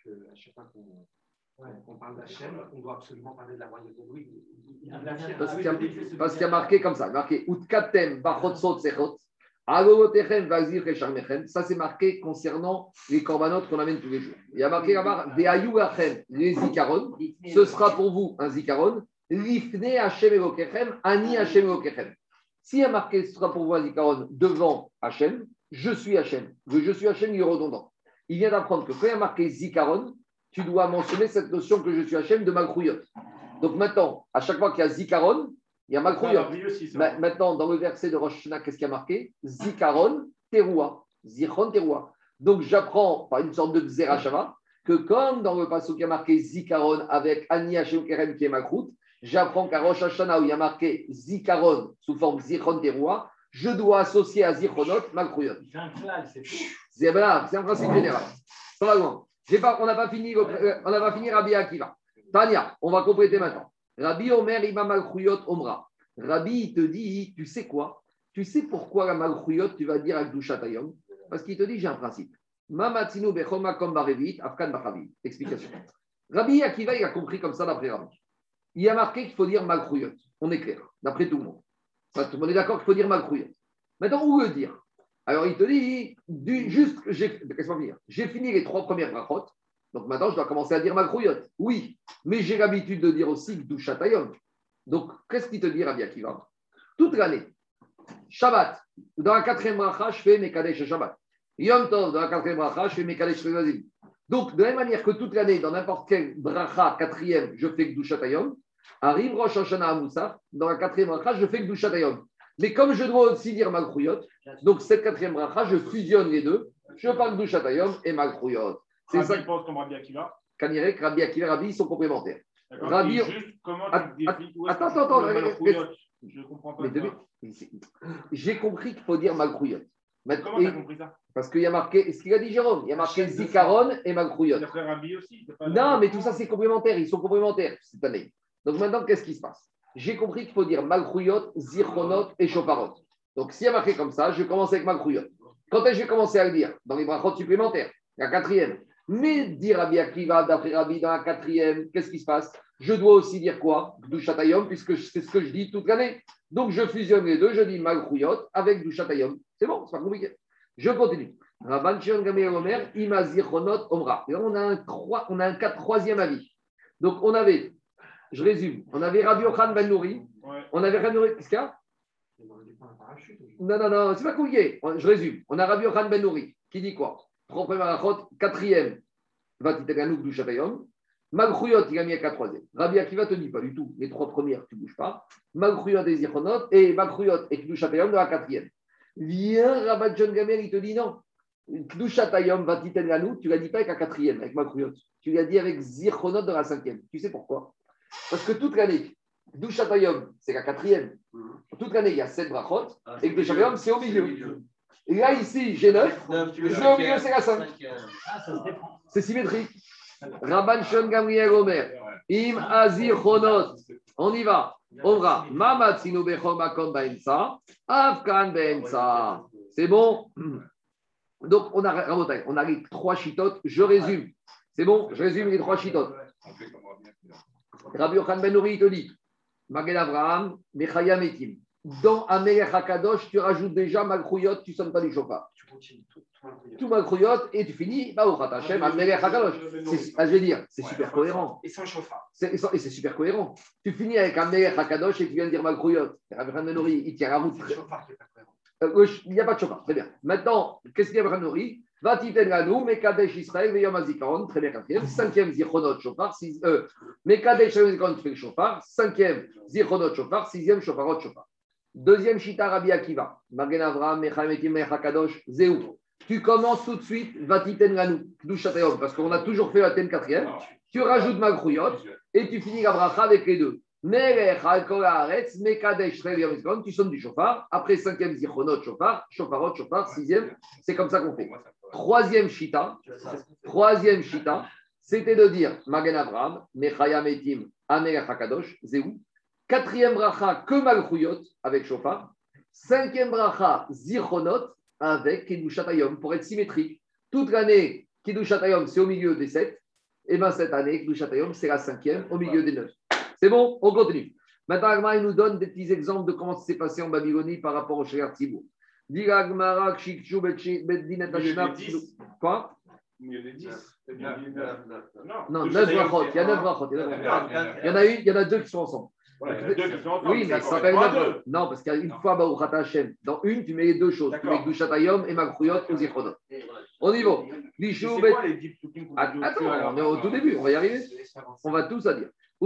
qu'à chaque fois qu'on parle d'Hachem, on doit absolument parler de la royauté de Louis. Parce qu'il y a marqué comme ça, marqué Utkatem, Bachotsot, Sechot, Agogotechem, Vazir, Recharmechem. Ça, c'est marqué concernant les corbanotes qu'on amène tous les jours. Il y a marqué là-bas, Veayou Achem, les Zikaron. Ce sera pour vous un Zikaron. Lifne Hachem Elokechem, Ani Hachem Elokechem. S'il y a marqué ce sera pour vous un Zikaron devant Hachem, je suis Hachem. Le je suis Hachem, il est redondant. Il vient d'apprendre que quand il y a marqué Zikaron, tu dois mentionner cette notion que je suis Hachem de Malchuyot. Donc maintenant, à chaque fois qu'il y a Zikaron, il y a Malchuyot. Maintenant, dans le verset de Rosh Hashanah, qu'est-ce qu'il y a marqué? Zikaron Teroua. Zichron Teroua. Donc j'apprends par une sorte de Xerashava que comme dans le passage qui a marqué Zikaron avec Ani Hachem Kerem qui est Makrout, j'apprends qu'à Rosh Hashanah où il y a marqué Zikaron sous forme Zichron Teroua, je dois associer à Zichronot Malchuyot. C'est un principe général. Ça va loin. On n'a pas fini Rabbi Akiva. Tania, on va compléter maintenant. Rabbi Omer Ima Malchuyot Omra. Rabbi, il te dit, tu sais quoi? Tu sais pourquoi la Malchuyot, tu vas dire avec Dushat Hayom? Parce qu'il te dit, j'ai un principe. Mamatzinu Bechoma Kom Barevit, Afkan Bachavi. Explication. Rabbi Akiva, il a compris comme ça d'après Rabbi. Il y a marqué qu'il faut dire Malchuyot. On est clair, d'après tout le monde. Tout le monde est d'accord qu'il faut dire Malchuyot. Maintenant, où le dire? Alors, il te dit, j'ai fini les 3 premières brachot, donc maintenant, je dois commencer à dire Malchuyot. Oui, mais j'ai l'habitude de dire aussi Dushat Hayom. Donc, qu'est-ce qu'il te dit, Rabbi Akiva? Toute l'année, Shabbat, dans la 4e bracha, je fais Mekadesh Shabbat. Yom Tov, dans la 4e bracha, je fais Mekadesh Shevazim. Donc, de la même manière que toute l'année, dans n'importe quelle bracha 4e, je fais Dushat Hayom, arrive Rosh Hashanah à Moussaf, dans la 4e bracha, je fais Dushat Hayom. Mais comme je dois aussi dire Malchuyot, donc cette 4e bracha, je fusionne les deux. Je parle de Dushat Hayom et Malchuyot. C'est ça. Je pense comme Rabbi Akiva. Kanirek, Rabbi Akiva, Rabbi, ils sont complémentaires. Rabbi, comment tu définis attends, je ne comprends pas. J'ai compris qu'il faut dire Malchuyot. Comment tu as compris ça? Parce qu'il y a marqué, ce qu'il a dit Jérôme, il y a marqué Zikaron et Malchuyot. D'après Rabbi aussi. Non, mais tout ça, c'est complémentaire. Ils sont complémentaires cette année. Donc maintenant, qu'est-ce qui se passe? J'ai compris qu'il faut dire Malchuyot, Zichronot et Shofarot. Donc s'il y a marqué comme ça, je commence avec Malchuyot. Quand est-ce que j'ai commencé à le dire? Dans les brachot supplémentaires, la 4e. Mais dire Rabbi Akiva, d'après Rabbi, dans la 4e, qu'est-ce qui se passe? Je dois aussi dire quoi? Dushat Hayom, puisque c'est ce que je dis toute l'année. Donc je fusionne les deux, je dis Malchuyot avec Dushat Hayom. C'est bon, c'est pas compliqué. Je continue. Rabban Shimon Gamliel Omer, Ima Zichronot Omra. Et là, on a un 3e avis. Donc on avait, je résume, on avait Rabbi Yochanan Ben Nouri. Ouais. On avait Rabbi Nouri, qu'est-ce qu'il y a? Non, c'est pas compliqué. Je résume. On a Rabbi Yochanan Ben Nouri qui dit quoi? 4e, Vatitaganouk du Shatayom. Malchuyot, il a mis à 3e. Rabbi Akiva te dit pas du tout. Les 3 premières, tu ne bouges pas. Malchuyot et Zichronot et Malchuyot et Kiddush Hatayom dans la 4e. Viens, Rabbi John Gamer, il te dit non. Kiddush Hatayom, Vatitaganouk, tu ne l'as dit pas avec la 4e, avec Malchuyot. Tu l'as dit avec Zichronot dans la 5e. Tu sais pourquoi? Parce que toute l'année, Kiddush Hatayom, c'est la 4e. Toute l'année, il y a 7 brachot. Et Kiddush Hatayom, c'est au milieu. Et là, ici, j'ai 9. C'est au milieu, c'est la 5. C'est symétrique. Rabban Shon Gamriel Omer. Im Azir Chonot. On y va. On va. Mamatzinu Bechom Makom Baensa. Afkan Baensa. C'est bon? Donc, on a les 3 chitotes. Je résume. C'est bon? Je résume les 3 chitotes. Rabbi Yochanan Ben Nouri, il te dit Magen Avraham, Mechaya Metim. Dans Amelech HaKadosh, tu rajoutes déjà Malchuyot, tu ne sonnes pas du chauffard. Tu continues tout Malchuyot et tu finis Baruch Hashem, Amelech HaKadosh. Je veux dire, c'est super cohérent. Et sans chauffard. Et c'est super cohérent. Tu finis avec Amelech HaKadosh et tu viens de dire Malchuyot. Rabbi Yochanan Ben Nouri, il tient la route. Il n'y a pas de chauffard, très bien. Maintenant, qu'est-ce qu'il y a Rabbi Nouri? Vatiten Lanou, Mekadesh Israël, Veyom Azikaron, très bien, 4e. 5e, Zichronot Shofar. Mekadesh Azikaron, tu fais le Shofar. 5e, Zichronot Shofar. 6e, Shofarot Shofar. 2e, Shita Rabbi Akiva. Magen Avraham, Mechametim, Mechakadosh, Zéou. Tu commences tout de suite, Vatiten Lanou, Kiddush Hatayom, parce qu'on a toujours fait la thème 4e. Tu rajoutes Malchuyot et tu finis la bracha avec les deux. Melech Al-Kol Haaretz, Mekadesh Israël, Veyom Azikaron, tu sonnes du Shofar. Après 5e, Zichronot Shofar. Shofarot Shofar. 6e, c'est comme ça qu'on fait. 3e Shita, c'était de dire Magen Avraham, Mechaya Metim, Amelech HaKadosh, Zéou. 4e bracha, que Malchuyot avec Shofar. 5e bracha, Zichronot avec Kiddush Hatayom pour être symétrique. Toute l'année, Kiddush Hatayom, c'est au milieu des 7. Et bien cette année, Kdushat Hayom, c'est la 5e au milieu des 9. C'est bon, on continue. Maintenant, Agmara, il nous donne des petits exemples de comment ça s'est passé en Babylonie par rapport au Shriat Tzibour. Dit Agmara, Kshikchu, Beddin, Atashna. Quoi? Au milieu des 10. Non, 9 brachot. Il y a 9 brachot. Il y en a 2 qui sont ensemble. Oui, mais ça s'appelle 9. Non, parce qu'il y a une fois, Baruch Ata Hashem. Dans une, tu mets les 2 choses. Tu mets Kdushat Hayom et Malchuyot ou Zichronot. On y va. Attends, on est au tout début, on va y arriver. On va tout ça dire. Quand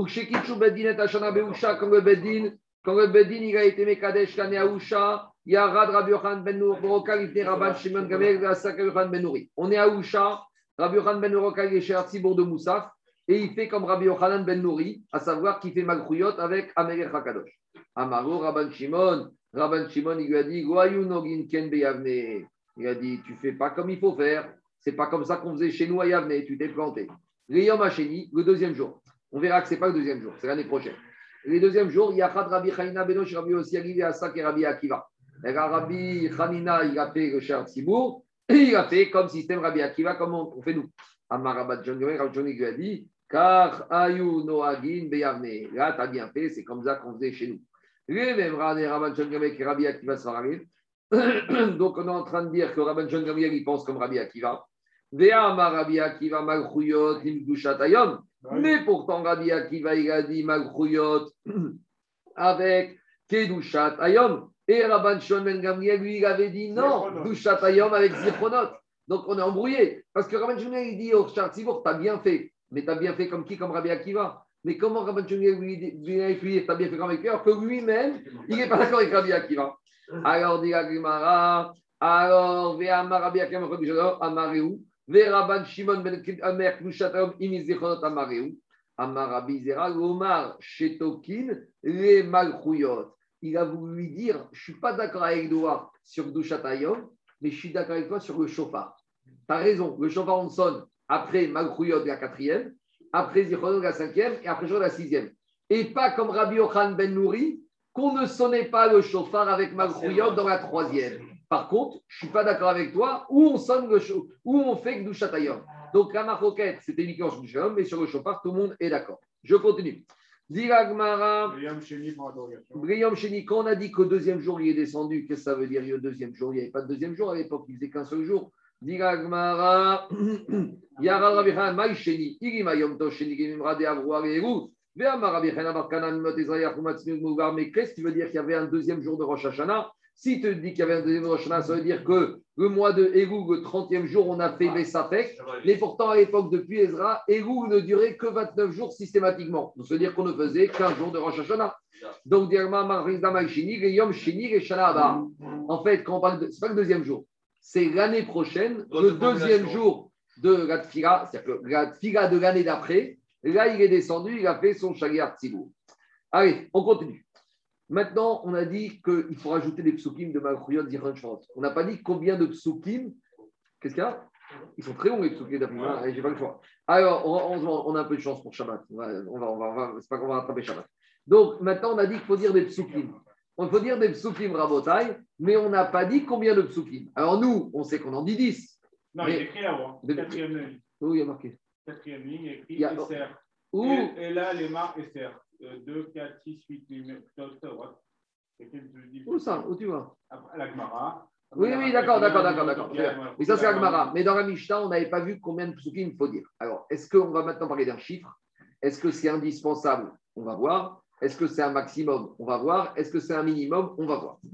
le Beddin il a été Mekadesh Kane Aousha, Yarad Rabbi Yochanan ben Nurokal, il venait Rabban Shimon Gamel, Rabbi Yochanan ben Nouri. On est à Aousha, Rabbi Yochanan ben Nurokal, il est chez Artibour de Moussaf, et il fait comme Rabbi Yochanan ben Nouri, à savoir qu'il fait Malchuyot avec Amelech Hakadosh. Amaro, Rabban Shimon, il lui a dit, Goayou Nogin Ken Beyavne. Il a dit, tu fais pas comme il faut faire. C'est pas comme ça qu'on faisait chez nous à Yavne, tu t'es planté. Riyom Hacheni, le deuxième jour. On verra que ce n'est pas le deuxième jour, c'est l'année prochaine. Le deuxième jour, il y a Rabbi Chanina Benoch, Rabbi Yossi Agili, Asak et Rabbi Akiva. Rabbi Chanina, il a fait le Shar Tzibour, et il a fait comme système Rabbi Akiva, comme on fait nous. Amar Rabbi John lui a dit, car Ayu Noagin Beyavne. Là, tu as bien fait, c'est comme ça qu'on faisait chez nous. Les mêmes Rabbi John et Rabbi Akiva sont arrivés. Donc, on est en train de dire que Rabbi John Gamliel, il pense comme Rabbi Akiva. Rabbi Akiva Malchuyot Imdushat Hayom. Mais pourtant, Rabbi Akiva, il a dit Malchuyot avec Kedushat Hayom. Et Rabban Shimon ben Gamliel, lui, il avait dit non, Kedushat Hayom avec Zichronot. Donc, on est embrouillé. Parce que Rabban Shimon, il dit au Shar Tzibour, tu as bien fait. Mais tu as bien fait comme qui? Comme Rabbi Akiva. Mais comment Rabban Shimon lui dit, tu as bien fait comme Akiva, alors que lui-même, il n'est pas d'accord avec Rabbi Akiva. Alors, dit la Gemara, alors, Ve'amar Rabbi Akiva, Amareu, Ve'Rabban Shimon ben Amer Kdushat Hayom, Imizichonot Amareu, Amar Rabbi Zera, Lomar Shetokin, les Malchuyot. Il a voulu lui dire, je ne suis pas d'accord avec toi sur Kdushat Hayom, mais je suis d'accord avec toi sur le shofar. Tu as raison, le shofar on sonne après Malchuyot de la 4e, après Zichronot de la 5e et après Shofar de la 6e. Et pas comme Rabbi Yochanan ben Nouri, qu'on ne sonnait pas le shofar avec Malchuyot dans la 3e. Par contre, je ne suis pas d'accord avec toi où on sonne le shofar, où on fait Kdushat Hayom. Donc la maroquette, c'était uniquement sur Kdushat Hayom, mais sur le shofar, tout le monde est d'accord. Je continue. Diragmara, Briyom Sheni, quand on a dit qu'au deuxième jour il est descendu, qu'est-ce que ça veut dire le deuxième jour? Il n'y avait pas de deuxième jour à l'époque, il faisait qu'un seul jour. Diragmara, Yara Rabichan, Maï Sheni, Irimayom To Sheni, Gimimra de Avroar et Eru. Mais qu'est-ce qui veut dire qu'il y avait un deuxième jour de Rosh Hashanah? Si tu dis qu'il y avait un deuxième jour de Rosh Hashanah, ça veut dire que le mois de Elul, le 30e jour, on a fait Bessapek. Mais pourtant, à l'époque, depuis Ezra, Elul ne durait que 29 jours systématiquement. Donc, ça veut dire qu'on ne faisait qu'un jour de Rosh Hashanah. Donc, en fait, quand on parle de. Ce n'est pas le deuxième jour, c'est l'année prochaine, le deuxième jour de la Tfila, c'est-à-dire que la Tfila de l'année d'après. Là, il est descendu, il a fait son Shaliar Tzibour. Allez, on continue. Maintenant, on a dit qu'il faut rajouter des psukim de Malchuyot Zichron Shvat. On n'a pas dit combien de psukim. Qu'est-ce qu'il y a? Ils sont très longs, les psukim d'Afrique. J'ai pas le choix. Alors, on a un peu de chance pour Shabbat. C'est pas qu'on va rattraper Shabbat. Donc, maintenant, on a dit qu'il faut dire des psukim. Il faut dire des psukim Rabotai, mais on n'a pas dit combien de psukim. Alors, nous, on sait qu'on en dit 10. Non, il est écrit là-haut. Quatrième ligne. Oui, il y a marqué. Quatrième ligne, écrit Esser. Et là, les marques Esser. 2, 4, 6, 8, 9, où ça? Où tu vois? Après la Gemara. Oui, d'accord. Mais ça, c'est la Gemara. Mais dans la Mishnah, on n'avait pas vu combien de psukim il faut dire. Alors, est-ce qu'on va maintenant parler d'un chiffre? Est-ce que c'est indispensable? On va voir. Est-ce que c'est un maximum? On va voir. Est-ce que c'est un minimum? On va voir.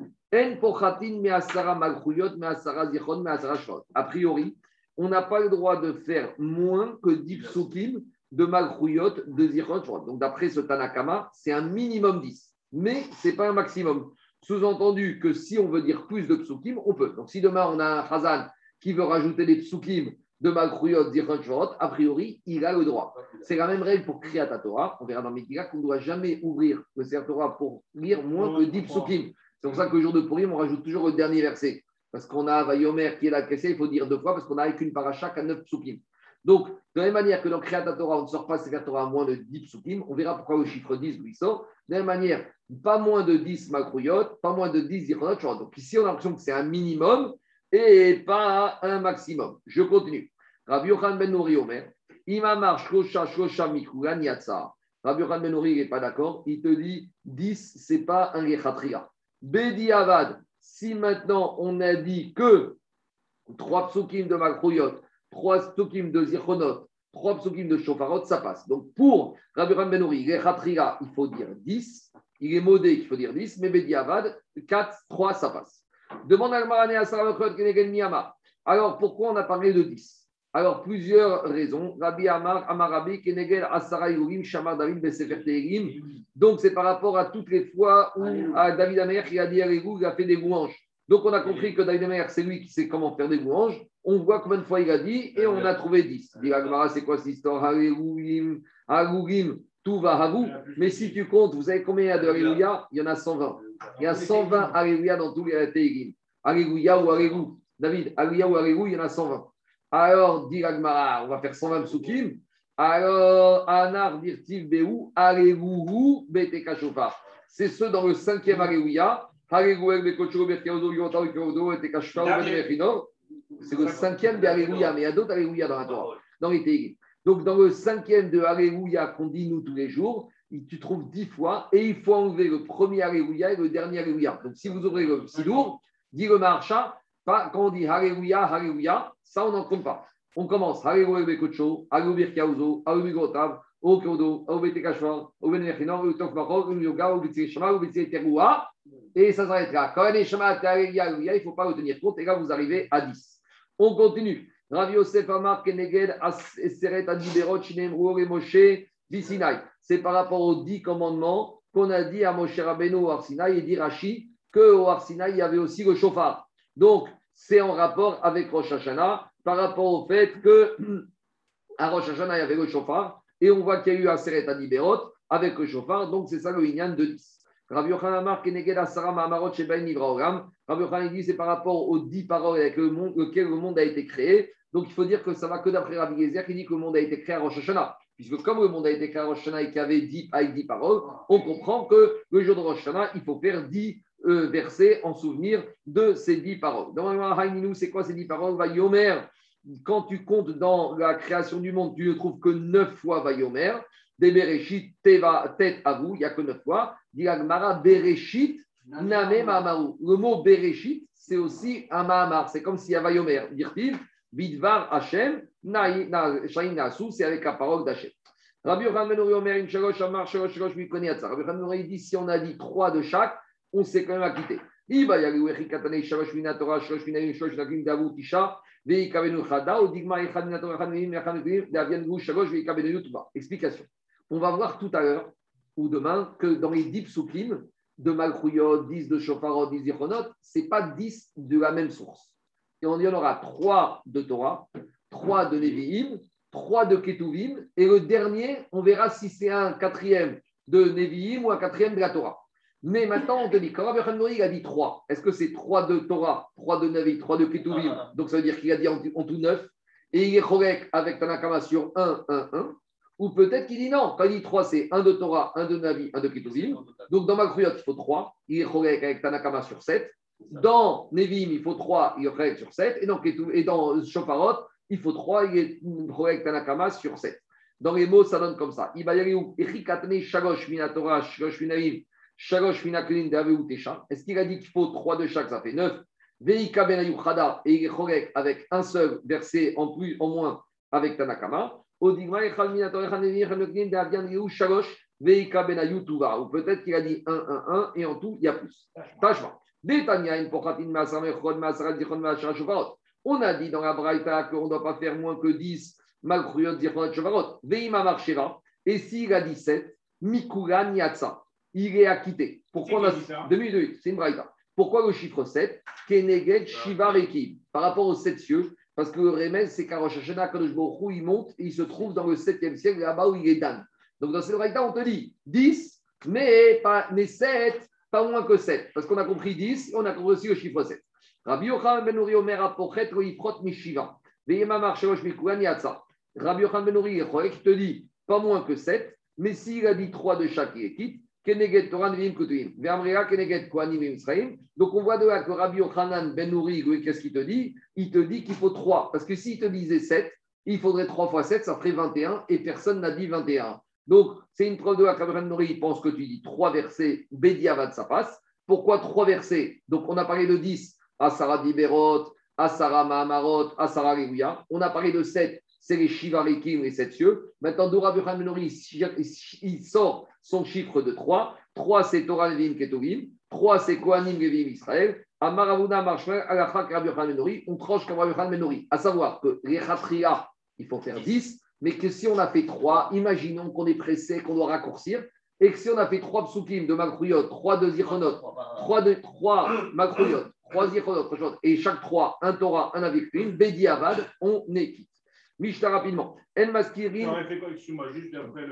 A priori, on n'a pas le droit de faire moins que 10 psukim de Malchuyot, de Zichron Shvat. Donc, d'après ce Tanakama, c'est un minimum 10. Mais ce n'est pas un maximum. Sous-entendu que si on veut dire plus de psukim, on peut. Donc, si demain, on a un Chazan qui veut rajouter des psukim de Malchuyot, Zichron Shvat, a priori, il a le droit. C'est la même règle pour Kriyat Torah. On verra dans Mikila qu'on ne doit jamais ouvrir le Sefer Torah pour lire moins que 10 psukim. C'est pour ça que le jour de Purim, on rajoute toujours le dernier verset. Parce qu'on a Vayomer qui est là, il faut dire 2 fois, parce qu'on a avec une paracha qu'à 9 psukim. Donc, de la même manière que dans Kriyat Torah, on ne sort pas Sefer Torah à moins de 10 psukim, on verra pourquoi le chiffre 10 d'où il sort. De la même manière, pas moins de 10 Malchuyot, pas moins de 10 Zichronot. Donc ici, on a l'impression que c'est un minimum et pas un maximum. Je continue. Rabbi Yochanan ben Nouri Omer, Imamar Shlosha Mikulan Yatsa. Rabbi Yochanan Ben Nuri, il n'est pas d'accord. Il te dit 10, ce n'est pas un Gechatria. Bedi Avad, si maintenant on a dit que 3 psukim de Malchuyot, 3 psukim de Zichonot, 3 psukim de Shofarot, ça passe. Donc pour Rabbi Yochanan Ben Nuri, Gechatria, il faut dire 10. Il est modé qu'il faut dire 10, mais Bedi Avad, 4, 3, ça passe. Demande à Marane à Sarah Kenegen Miyama. Alors pourquoi on a parlé de 10? Alors, plusieurs raisons. Rabbi Amar, Amarabi, Kenegel, Asara Yurim, Shamar David, Besefer Tehilim. Donc, c'est par rapport à toutes les fois où à David Amer qui a dit Alléluia, il a fait des louanges. Donc, on a compris que David Amer, c'est lui qui sait comment faire des louanges. On voit combien de fois il a dit et on a trouvé 10. Dit Agmara, c'est quoi cette histoire? Alléluia, Alléluia, tout va à vous. Mais si tu comptes, vous savez combien il y a de Alléluia? Il y en a 120. Il y a 120 Alléluia dans tous les Tehilim. Alléluia ou Alléluia. David, Alléluia ou Alléluia, il y en a 120. Alors, dit l'Agmara, on va faire 120 psukim. Alors, Anar dirtiv beou, Alléluia, beteka shofar. C'est ceux dans le 5e Alléluia. Alléluia, bekocho, berkeodo, yota, bekodo, beteka shofar, benerechinor. C'est le 5e de Alléluia, mais il y a d'autres Alléluia dans la Torah, dans les Tehillim. Donc, dans le 5e de Alléluia qu'on dit nous tous les jours, tu trouves 10 fois et il faut enlever le premier Alléluia et le dernier Alléluia. Donc, si vous ouvrez le Sidour, dit le Maharsha, quand on dit Alléluia, Alléluia, ça on n'en compte pas. On commence Alléluia Bekocho, Alléluia Birkiaouzo, Alléluia Grotav, Okodo, Alléluia Kashvar, Alléluia Nechinor, Alléluia Tokmachor, Alléluia Yoga, Alléluia Shema, Alléluia Teroua, et ça s'arrête là. Quand on est Shema, Alléluia, Alléluia, il ne faut pas le tenir compte, et là vous arrivez à 10. On continue. Rav Yosef Amar Keneged, Aseret Adiberot, Shinemrou, et Moshe, Visinaï. C'est par rapport aux 10 commandements qu'on a dit à Moshe Rabbeinu au Arsinaï et dit Rashi qu'au Arsinaï il y avait aussi le chauffard. Donc, c'est en rapport avec Rosh Hashanah par rapport au fait qu'à Rosh Hashanah, il y avait le chauffard et on voit qu'il y a eu Aseret Adiberot avec le chauffard. Donc, c'est ça le Inyan de 10. Rabbi Yochanan Amar Keneged Asara Ma'amarot Shebain Nivra Olam. Rabbi Yochanan dit c'est par rapport aux 10 paroles avec lequel le monde a été créé. Donc, il faut dire que ça va que d'après Rabbi Gezer qui dit que le monde a été créé à Rosh Hashanah. Puisque comme le monde a été créé à Rosh Hashanah et qu'il y avait 10 paroles, on comprend que le jour de Rosh Hashanah, il faut faire 10 versets en souvenir de ces 10 paroles. Dans le Haïminou, c'est quoi ces 10 paroles? Vayomer, quand tu comptes dans la création du monde, tu ne trouves que 9 fois Vayomer. Des Bereshit, Teva, tête à vous, il n'y a que 9 fois. Dit Agmara, Bereshit, Name Mahamaru. Le mot Bereshit, c'est aussi un Mahamar. C'est comme s'il y a Vayomer. Dirtiv, Bidvar Hashem, Shaim Nasu, c'est avec la parole d'Hachem. Rabbi Yochanan Ben Nuri Omer, Shalosh Amar, Shalosh, Mikoni Yatsa. Rabbi Yochanan Ben Nuri dit si on a dit 3 de chaque, on s'est quand même acquitté. Il va y aller où Echikatane, Shalosh Minatora, Shalosh Minayim, Shalosh Nakim, Davou, Tisha, Veikavenu Chada, Odigma, Echad Minatora, Echad Minayim, Echad Minayim, Davian Shalosh, Veikavenu Yutuba. Explication. On va voir tout à l'heure ou demain que dans les 10 psukim de Malchuyot, 10 de Shofarot, 10 de Zichonot, ce n'est pas 10 de la même source. Et on y en aura 3 de Torah, 3 de Nevi'im, 3 de Ketuvim, et le dernier, on verra si c'est un 4e de Nevi'im ou un 4e de la Torah. Mais maintenant, on te dit, quand Rabbi Yochanan il a dit 3, est-ce que c'est 3 de Torah, 3 de Nevi, 3 de Ketuvim? Donc ça veut dire qu'il a dit en tout 9, et il est chorek avec Tanakama sur 1, 1, 1. Ou peut-être qu'il dit non, quand il dit 3, c'est 1 de Torah, 1 de Navi, 1 de Ketuvim. Donc dans Malchuyot, il faut 3, il est chorek avec Tanakama sur 7. Dans Nevim, il faut 3, il est chorek sur 7. Et dans Shofarot, il faut 3, il est chorek Tanakama sur 7. Dans les mots, ça donne comme ça. Est-ce qu'il a dit qu'il faut 3 de chaque? Ça fait 9. Veika ben Ayuchada, et il est chorek avec un seul verset en plus, en moins, avec Tanakama. Ou peut-être qu'il a dit 1, 1, 1, et en tout, il y a plus. On a dit dans la Braïta qu'on ne doit pas faire moins que 10 Malchuyot, Zichonot, Shofarot. Veima marchera. Et s'il a 17, Mikulan Yatsa, il est acquitté. Pourquoi on a dit ça? 2 minutes, c'est une Braïta. Pourquoi le chiffre 7? Keneged Shiva Rekim. Par rapport aux 7 cieux, parce que le remède, c'est qu'à Rosh Hashanah, Kadosh Baruch Hu, il monte et il se trouve dans le 7e siècle, là-bas où il est Dan. Donc dans cette Braïta, on te dit 10, mais 7, pas moins que 7. Parce qu'on a compris 10, on a compris aussi le chiffre 7. Rabbi Yochanan Ben Nuri Omer Apochet Roifrot Mishiva. Veima Marcherosh Mikulan Yatsa. Rabbi Yochanan Ben Nuri qui te dit pas moins que 7, mais s'il a dit 3 de chaque, il est quitte. Keneged Torah Nevim Kutuvim. Ve'amrea Keneged Kohanim Israël. Donc on voit de là que Rabbi Yochanan Ben Nuri, qu'est-ce qu'il te dit? Il te dit qu'il faut 3. Parce que s'il te disait 7, il faudrait 3 fois 7, ça ferait 21 et personne n'a dit 21. Donc, c'est une preuve de la Kabbalah Nori, il pense que tu dis 3 versets, Bediavad, ça passe. Pourquoi 3 versets? Donc, on a parlé de 10, Asara Diberot, Asara Mahamarot, Asara Réouya. On a parlé de 7, c'est les Shivarikim, les 7 cieux. Maintenant, Dora Bichan Menori, il sort son chiffre de 3. 3, c'est Torah Levim Ketovim. 3, c'est Kohanim Levim Israël. À Maravuna Marshmer, à la Chak Rabbi Bichan Menori, on tranche comme Rabbi Bichan Menori. À savoir que les Khatria, il faut faire 10, mais que si on a fait 3, imaginons qu'on est pressé, qu'on doit raccourcir, et que si on a fait 3 psukim de Makrouyot, 3 de Zichonot, 3 Makrouyot, 3 Zichonot, et chaque 3, un Torah, un Avikrim, Bedi Avad, on est quitte. Mishta rapidement. En Maskirin. J'aurais fait quoi? Excuse-moi, juste d'après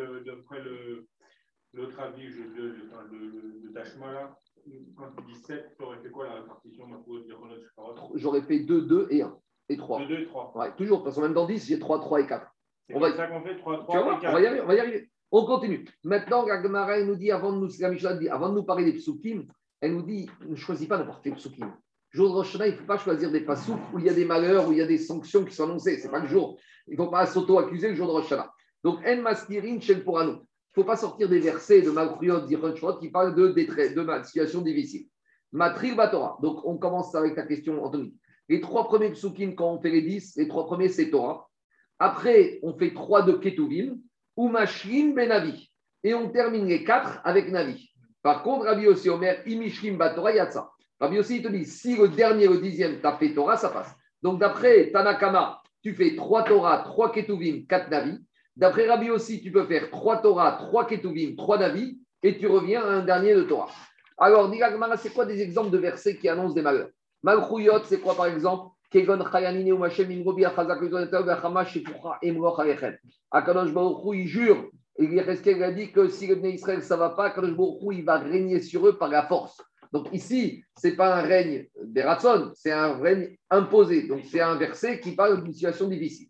l'autre avis de Tachma, là, quand tu dis 7, tu aurais fait quoi la répartition Makrouyot, Zichonot, Shkarot? J'aurais fait 2, 2 et 1. Et 3. 2, 2 et 3. Ouais, toujours, parce que même dans 10, j'ai 3, 3 et 4. C'est comme ça qu'on fait 3, 3 et 4. On va y arriver. On continue. Maintenant, la Gemara nous dit, avant de nous parler des psukim, elle nous dit, ne choisis pas n'importe quel psukim. Jour de Rosh Hashanah, il ne faut pas choisir des passouk où il y a des malheurs, où il y a des sanctions qui sont annoncées. Ce n'est pas le jour. Il ne faut pas s'auto-accuser le jour de Rosh Hashanah. Donc, En Maskirin Shel Pouranu. Il ne faut pas sortir des versets de Malchuyot, d'Ichon qui parlent de détresse, de situation difficile. Matril Batora. Donc, on commence avec ta question, Anthony. Les 3 premiers psukim, quand on fait les 10, les 3 premiers, c'est Torah. Après, on fait 3 de Ketuvim, ou Mashrim Benavi. Et on termine les 4 avec Navi. Par contre, Rabbi Yossi Omer, Imishrim Batora Yatsa. Rabbi Yossi, il te dit, si le dernier, le 10e, tu as fait Torah, ça passe. Donc, d'après Tanakama, tu fais 3 Torah, 3 Ketuvim, 4 Navi. D'après Rabbi Yossi, tu peux faire 3 Torah, 3 Ketuvim, 3 Navi, et tu reviens à un dernier de Torah. Alors, Nigagmara, c'est quoi des exemples de versets qui annoncent des malheurs? Malchuyot, c'est quoi par exemple? Kegon Chayanine ou Machem Imrobi Achazak Lezoneta Vachama Shefucha Emroch Alechem. Akadosh Baruch Hu, il jure, et Yecheskel a dit que si le Bnei Israël ça va pas, Akadosh Baruch Hu, il va régner sur eux par la force. Donc ici, c'est pas un règne des Ratson, c'est un règne imposé. Donc c'est un verset qui parle d'une situation difficile.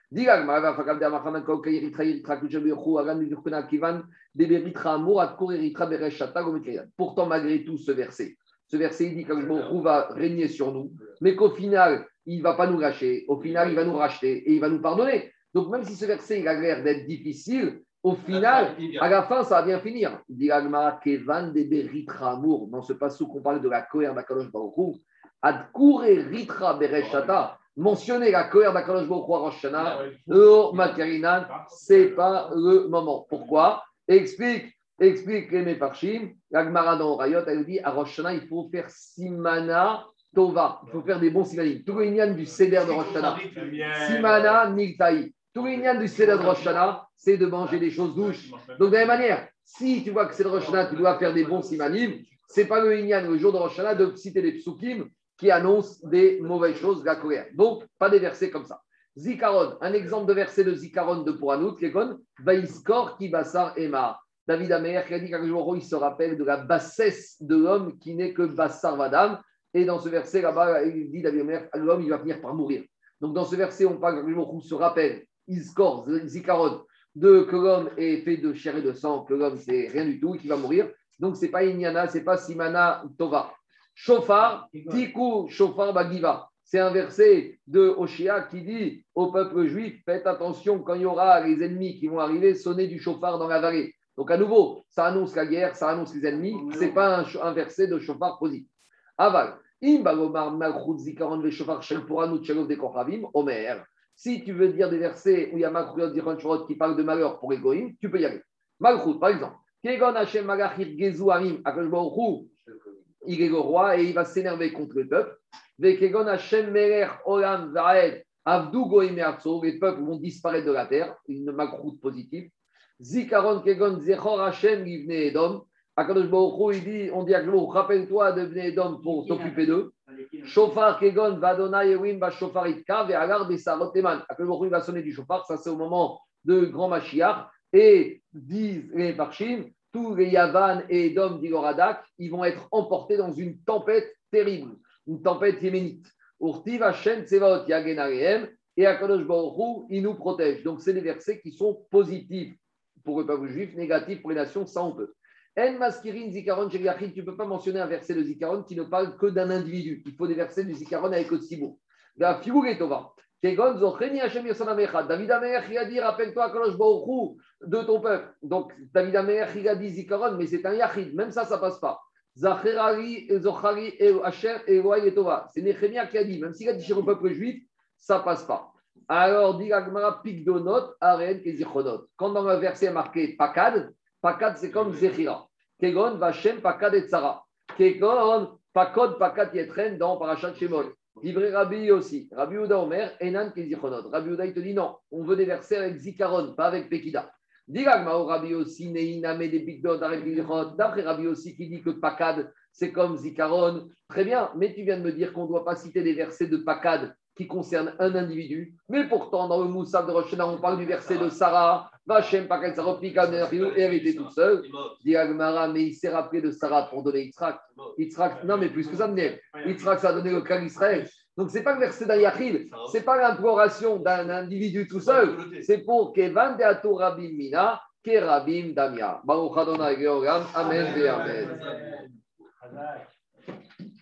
Pourtant, malgré tout, ce verset, il dit que va régner sur nous, mais qu'au final, il ne va pas nous lâcher. Au final, il va nous racheter et il va nous pardonner. Donc, même si ce verset il a l'air d'être difficile, au final, à la fin, ça va bien finir. Il dit dans ce passage qu'on parle de la colère d'Akadosh Baruch Hu, Ad Kure Ritra Bereshata, mentionner la colère d'Akadosh Baruch Hu à Rosh Hashanah, ce n'est pas le moment. Pourquoi? Explique les Meparchim, la Gemara dans Orayot, elle dit à Rosh Hashanah, il faut faire Simana Tova, il faut faire des bons simanim. Tout le Inyan du Seder de Rosh Hashanah, Simana Nigtaï. Tout le Inyan du Seder de Rosh Hashanah, c'est de manger des choses douces. Donc, de la même manière, si tu vois que c'est de Rosh Hashanah, tu dois faire des bons simanim, ce n'est pas le Inyan, le jour de Rosh Hashanah, de citer des psukim qui annoncent des mauvaises choses, de la colère. Donc, pas des versets comme ça. Zikaron, un exemple de verset de Zikaron de Pouranout, qui est comme Vaïskor Kibassar Emar. David Amer qui a dit qu'un jour il se rappelle de la bassesse de l'homme qui n'est que Bassar Vadam. Et dans ce verset là-bas, il dit David Amer, l'homme il va finir par mourir. Donc dans ce verset, on parle qu'un jour il se rappelle, Iskor, Zikaron, que l'homme est fait de chair et de sang, que l'homme c'est rien du tout et qu'il va mourir. Donc c'est pas Inyana, c'est pas Simana Tova. Shofar, Tiku, Shofar Bagiva. C'est un verset de Hoshea qui dit au peuple juif, faites attention quand il y aura les ennemis qui vont arriver, sonnez du shofar dans la vallée. Donc à nouveau, ça annonce la guerre, ça annonce les ennemis, ce n'est pas un verset de shofar positif. Aval, Omer. Si tu veux dire des versets où il y a Malchut Zichron Shorot qui parlent de malheur pour les goïms, tu peux y aller. Malchut, par exemple. Kegon Hashem Malachir Gezu Arim, Akadosh Baruch Hu, il est le roi et il va s'énerver contre le peuple. Vekegon Hashem Melech Olam Vaed, Avdu Goïm Eatso, les peuples vont disparaître de la terre, une Malchut positive. Zikaron Kegon Zechor Hashem Livne Edom. Akadosh Baruch Hu, il dit, on dit à Akadosh, rappelle-toi de Bnei Edom pour t'occuper d'eux. Shofar Kegon Vadona Yewim Ba Shofaritka Ve'agar Besarot Teman. Akadosh Baruch Hu va sonner du shofar, ça c'est au moment de grand Mashiach. Et disent les Parchim, tous les Yavan et Edom d'Igoradak, ils vont être emportés dans une tempête terrible, une tempête yéménite. Urtiv Hashem Tsevaot Yagen Arehem. Et Akadosh Baruch Hu, il nous protège. Donc c'est des versets qui sont positifs pour le peuple juif, négatif pour les nations, ça on peut. En maskirin zikaron shel yachid, tu ne peux pas mentionner un verset de zikaron qui ne parle que d'un individu. Il faut des versets de zikaron avec le tzibur. La figure est tova. Kegon Zocheni Hashem Yosana Mechad. David Amelech, il a dit, rappelle-toi Kolosh Baruch de ton peuple. Donc, David Amelech, il a dit Zikaron, mais c'est un Yachid. Même ça passe pas. Zachari, Zochari, Asher, Eloai et Tova. C'est Nehemia qui a dit, même s'il a dit chez le peuple juif, ça passe pas. Alors, dit Agmara, Pigdonot, Aren, Kezichonot. Quand dans le verset marqué Pakad, Pakad c'est comme Zechira. Kegon, Vachem, Pakad et Tzara. Kegon, Pakod, Pakad, Yetren dans Parashat Shemot. Livré Rabbi aussi. Rabbi Ouda Omer, Enan, Kezichonot. Rabbi Ouda, il te dit non, on veut des versets avec Zikaron, pas avec Pekida. Diragma au Rabbi aussi, Neiname des Bigdot, d'après Rabbi aussi qui dit que Pakad, c'est comme Zikaron. Très bien, mais tu viens de me dire qu'on ne doit pas citer des versets de Pakad qui concernent un individu. Mais pourtant, dans le Moussaf de Rosh Hashanah, on parle du verset de Sarah, Vachem, Pakad, Sarah, Pika, et elle était toute seule. Diragmara, mais il s'est rappelé de Sarah pour donner Yitzhak. Yitzhak, non, mais plus que ça, Yitzhak, ça a donné le clan Israël. Donc, ce n'est pas le verset d'un Yachid, ce n'est pas l'imploration d'un individu tout seul, c'est pour Kevan de Ato Rabim Mina, Kerabim Damia. Baruch Adonai Georgam, Amen et Amen.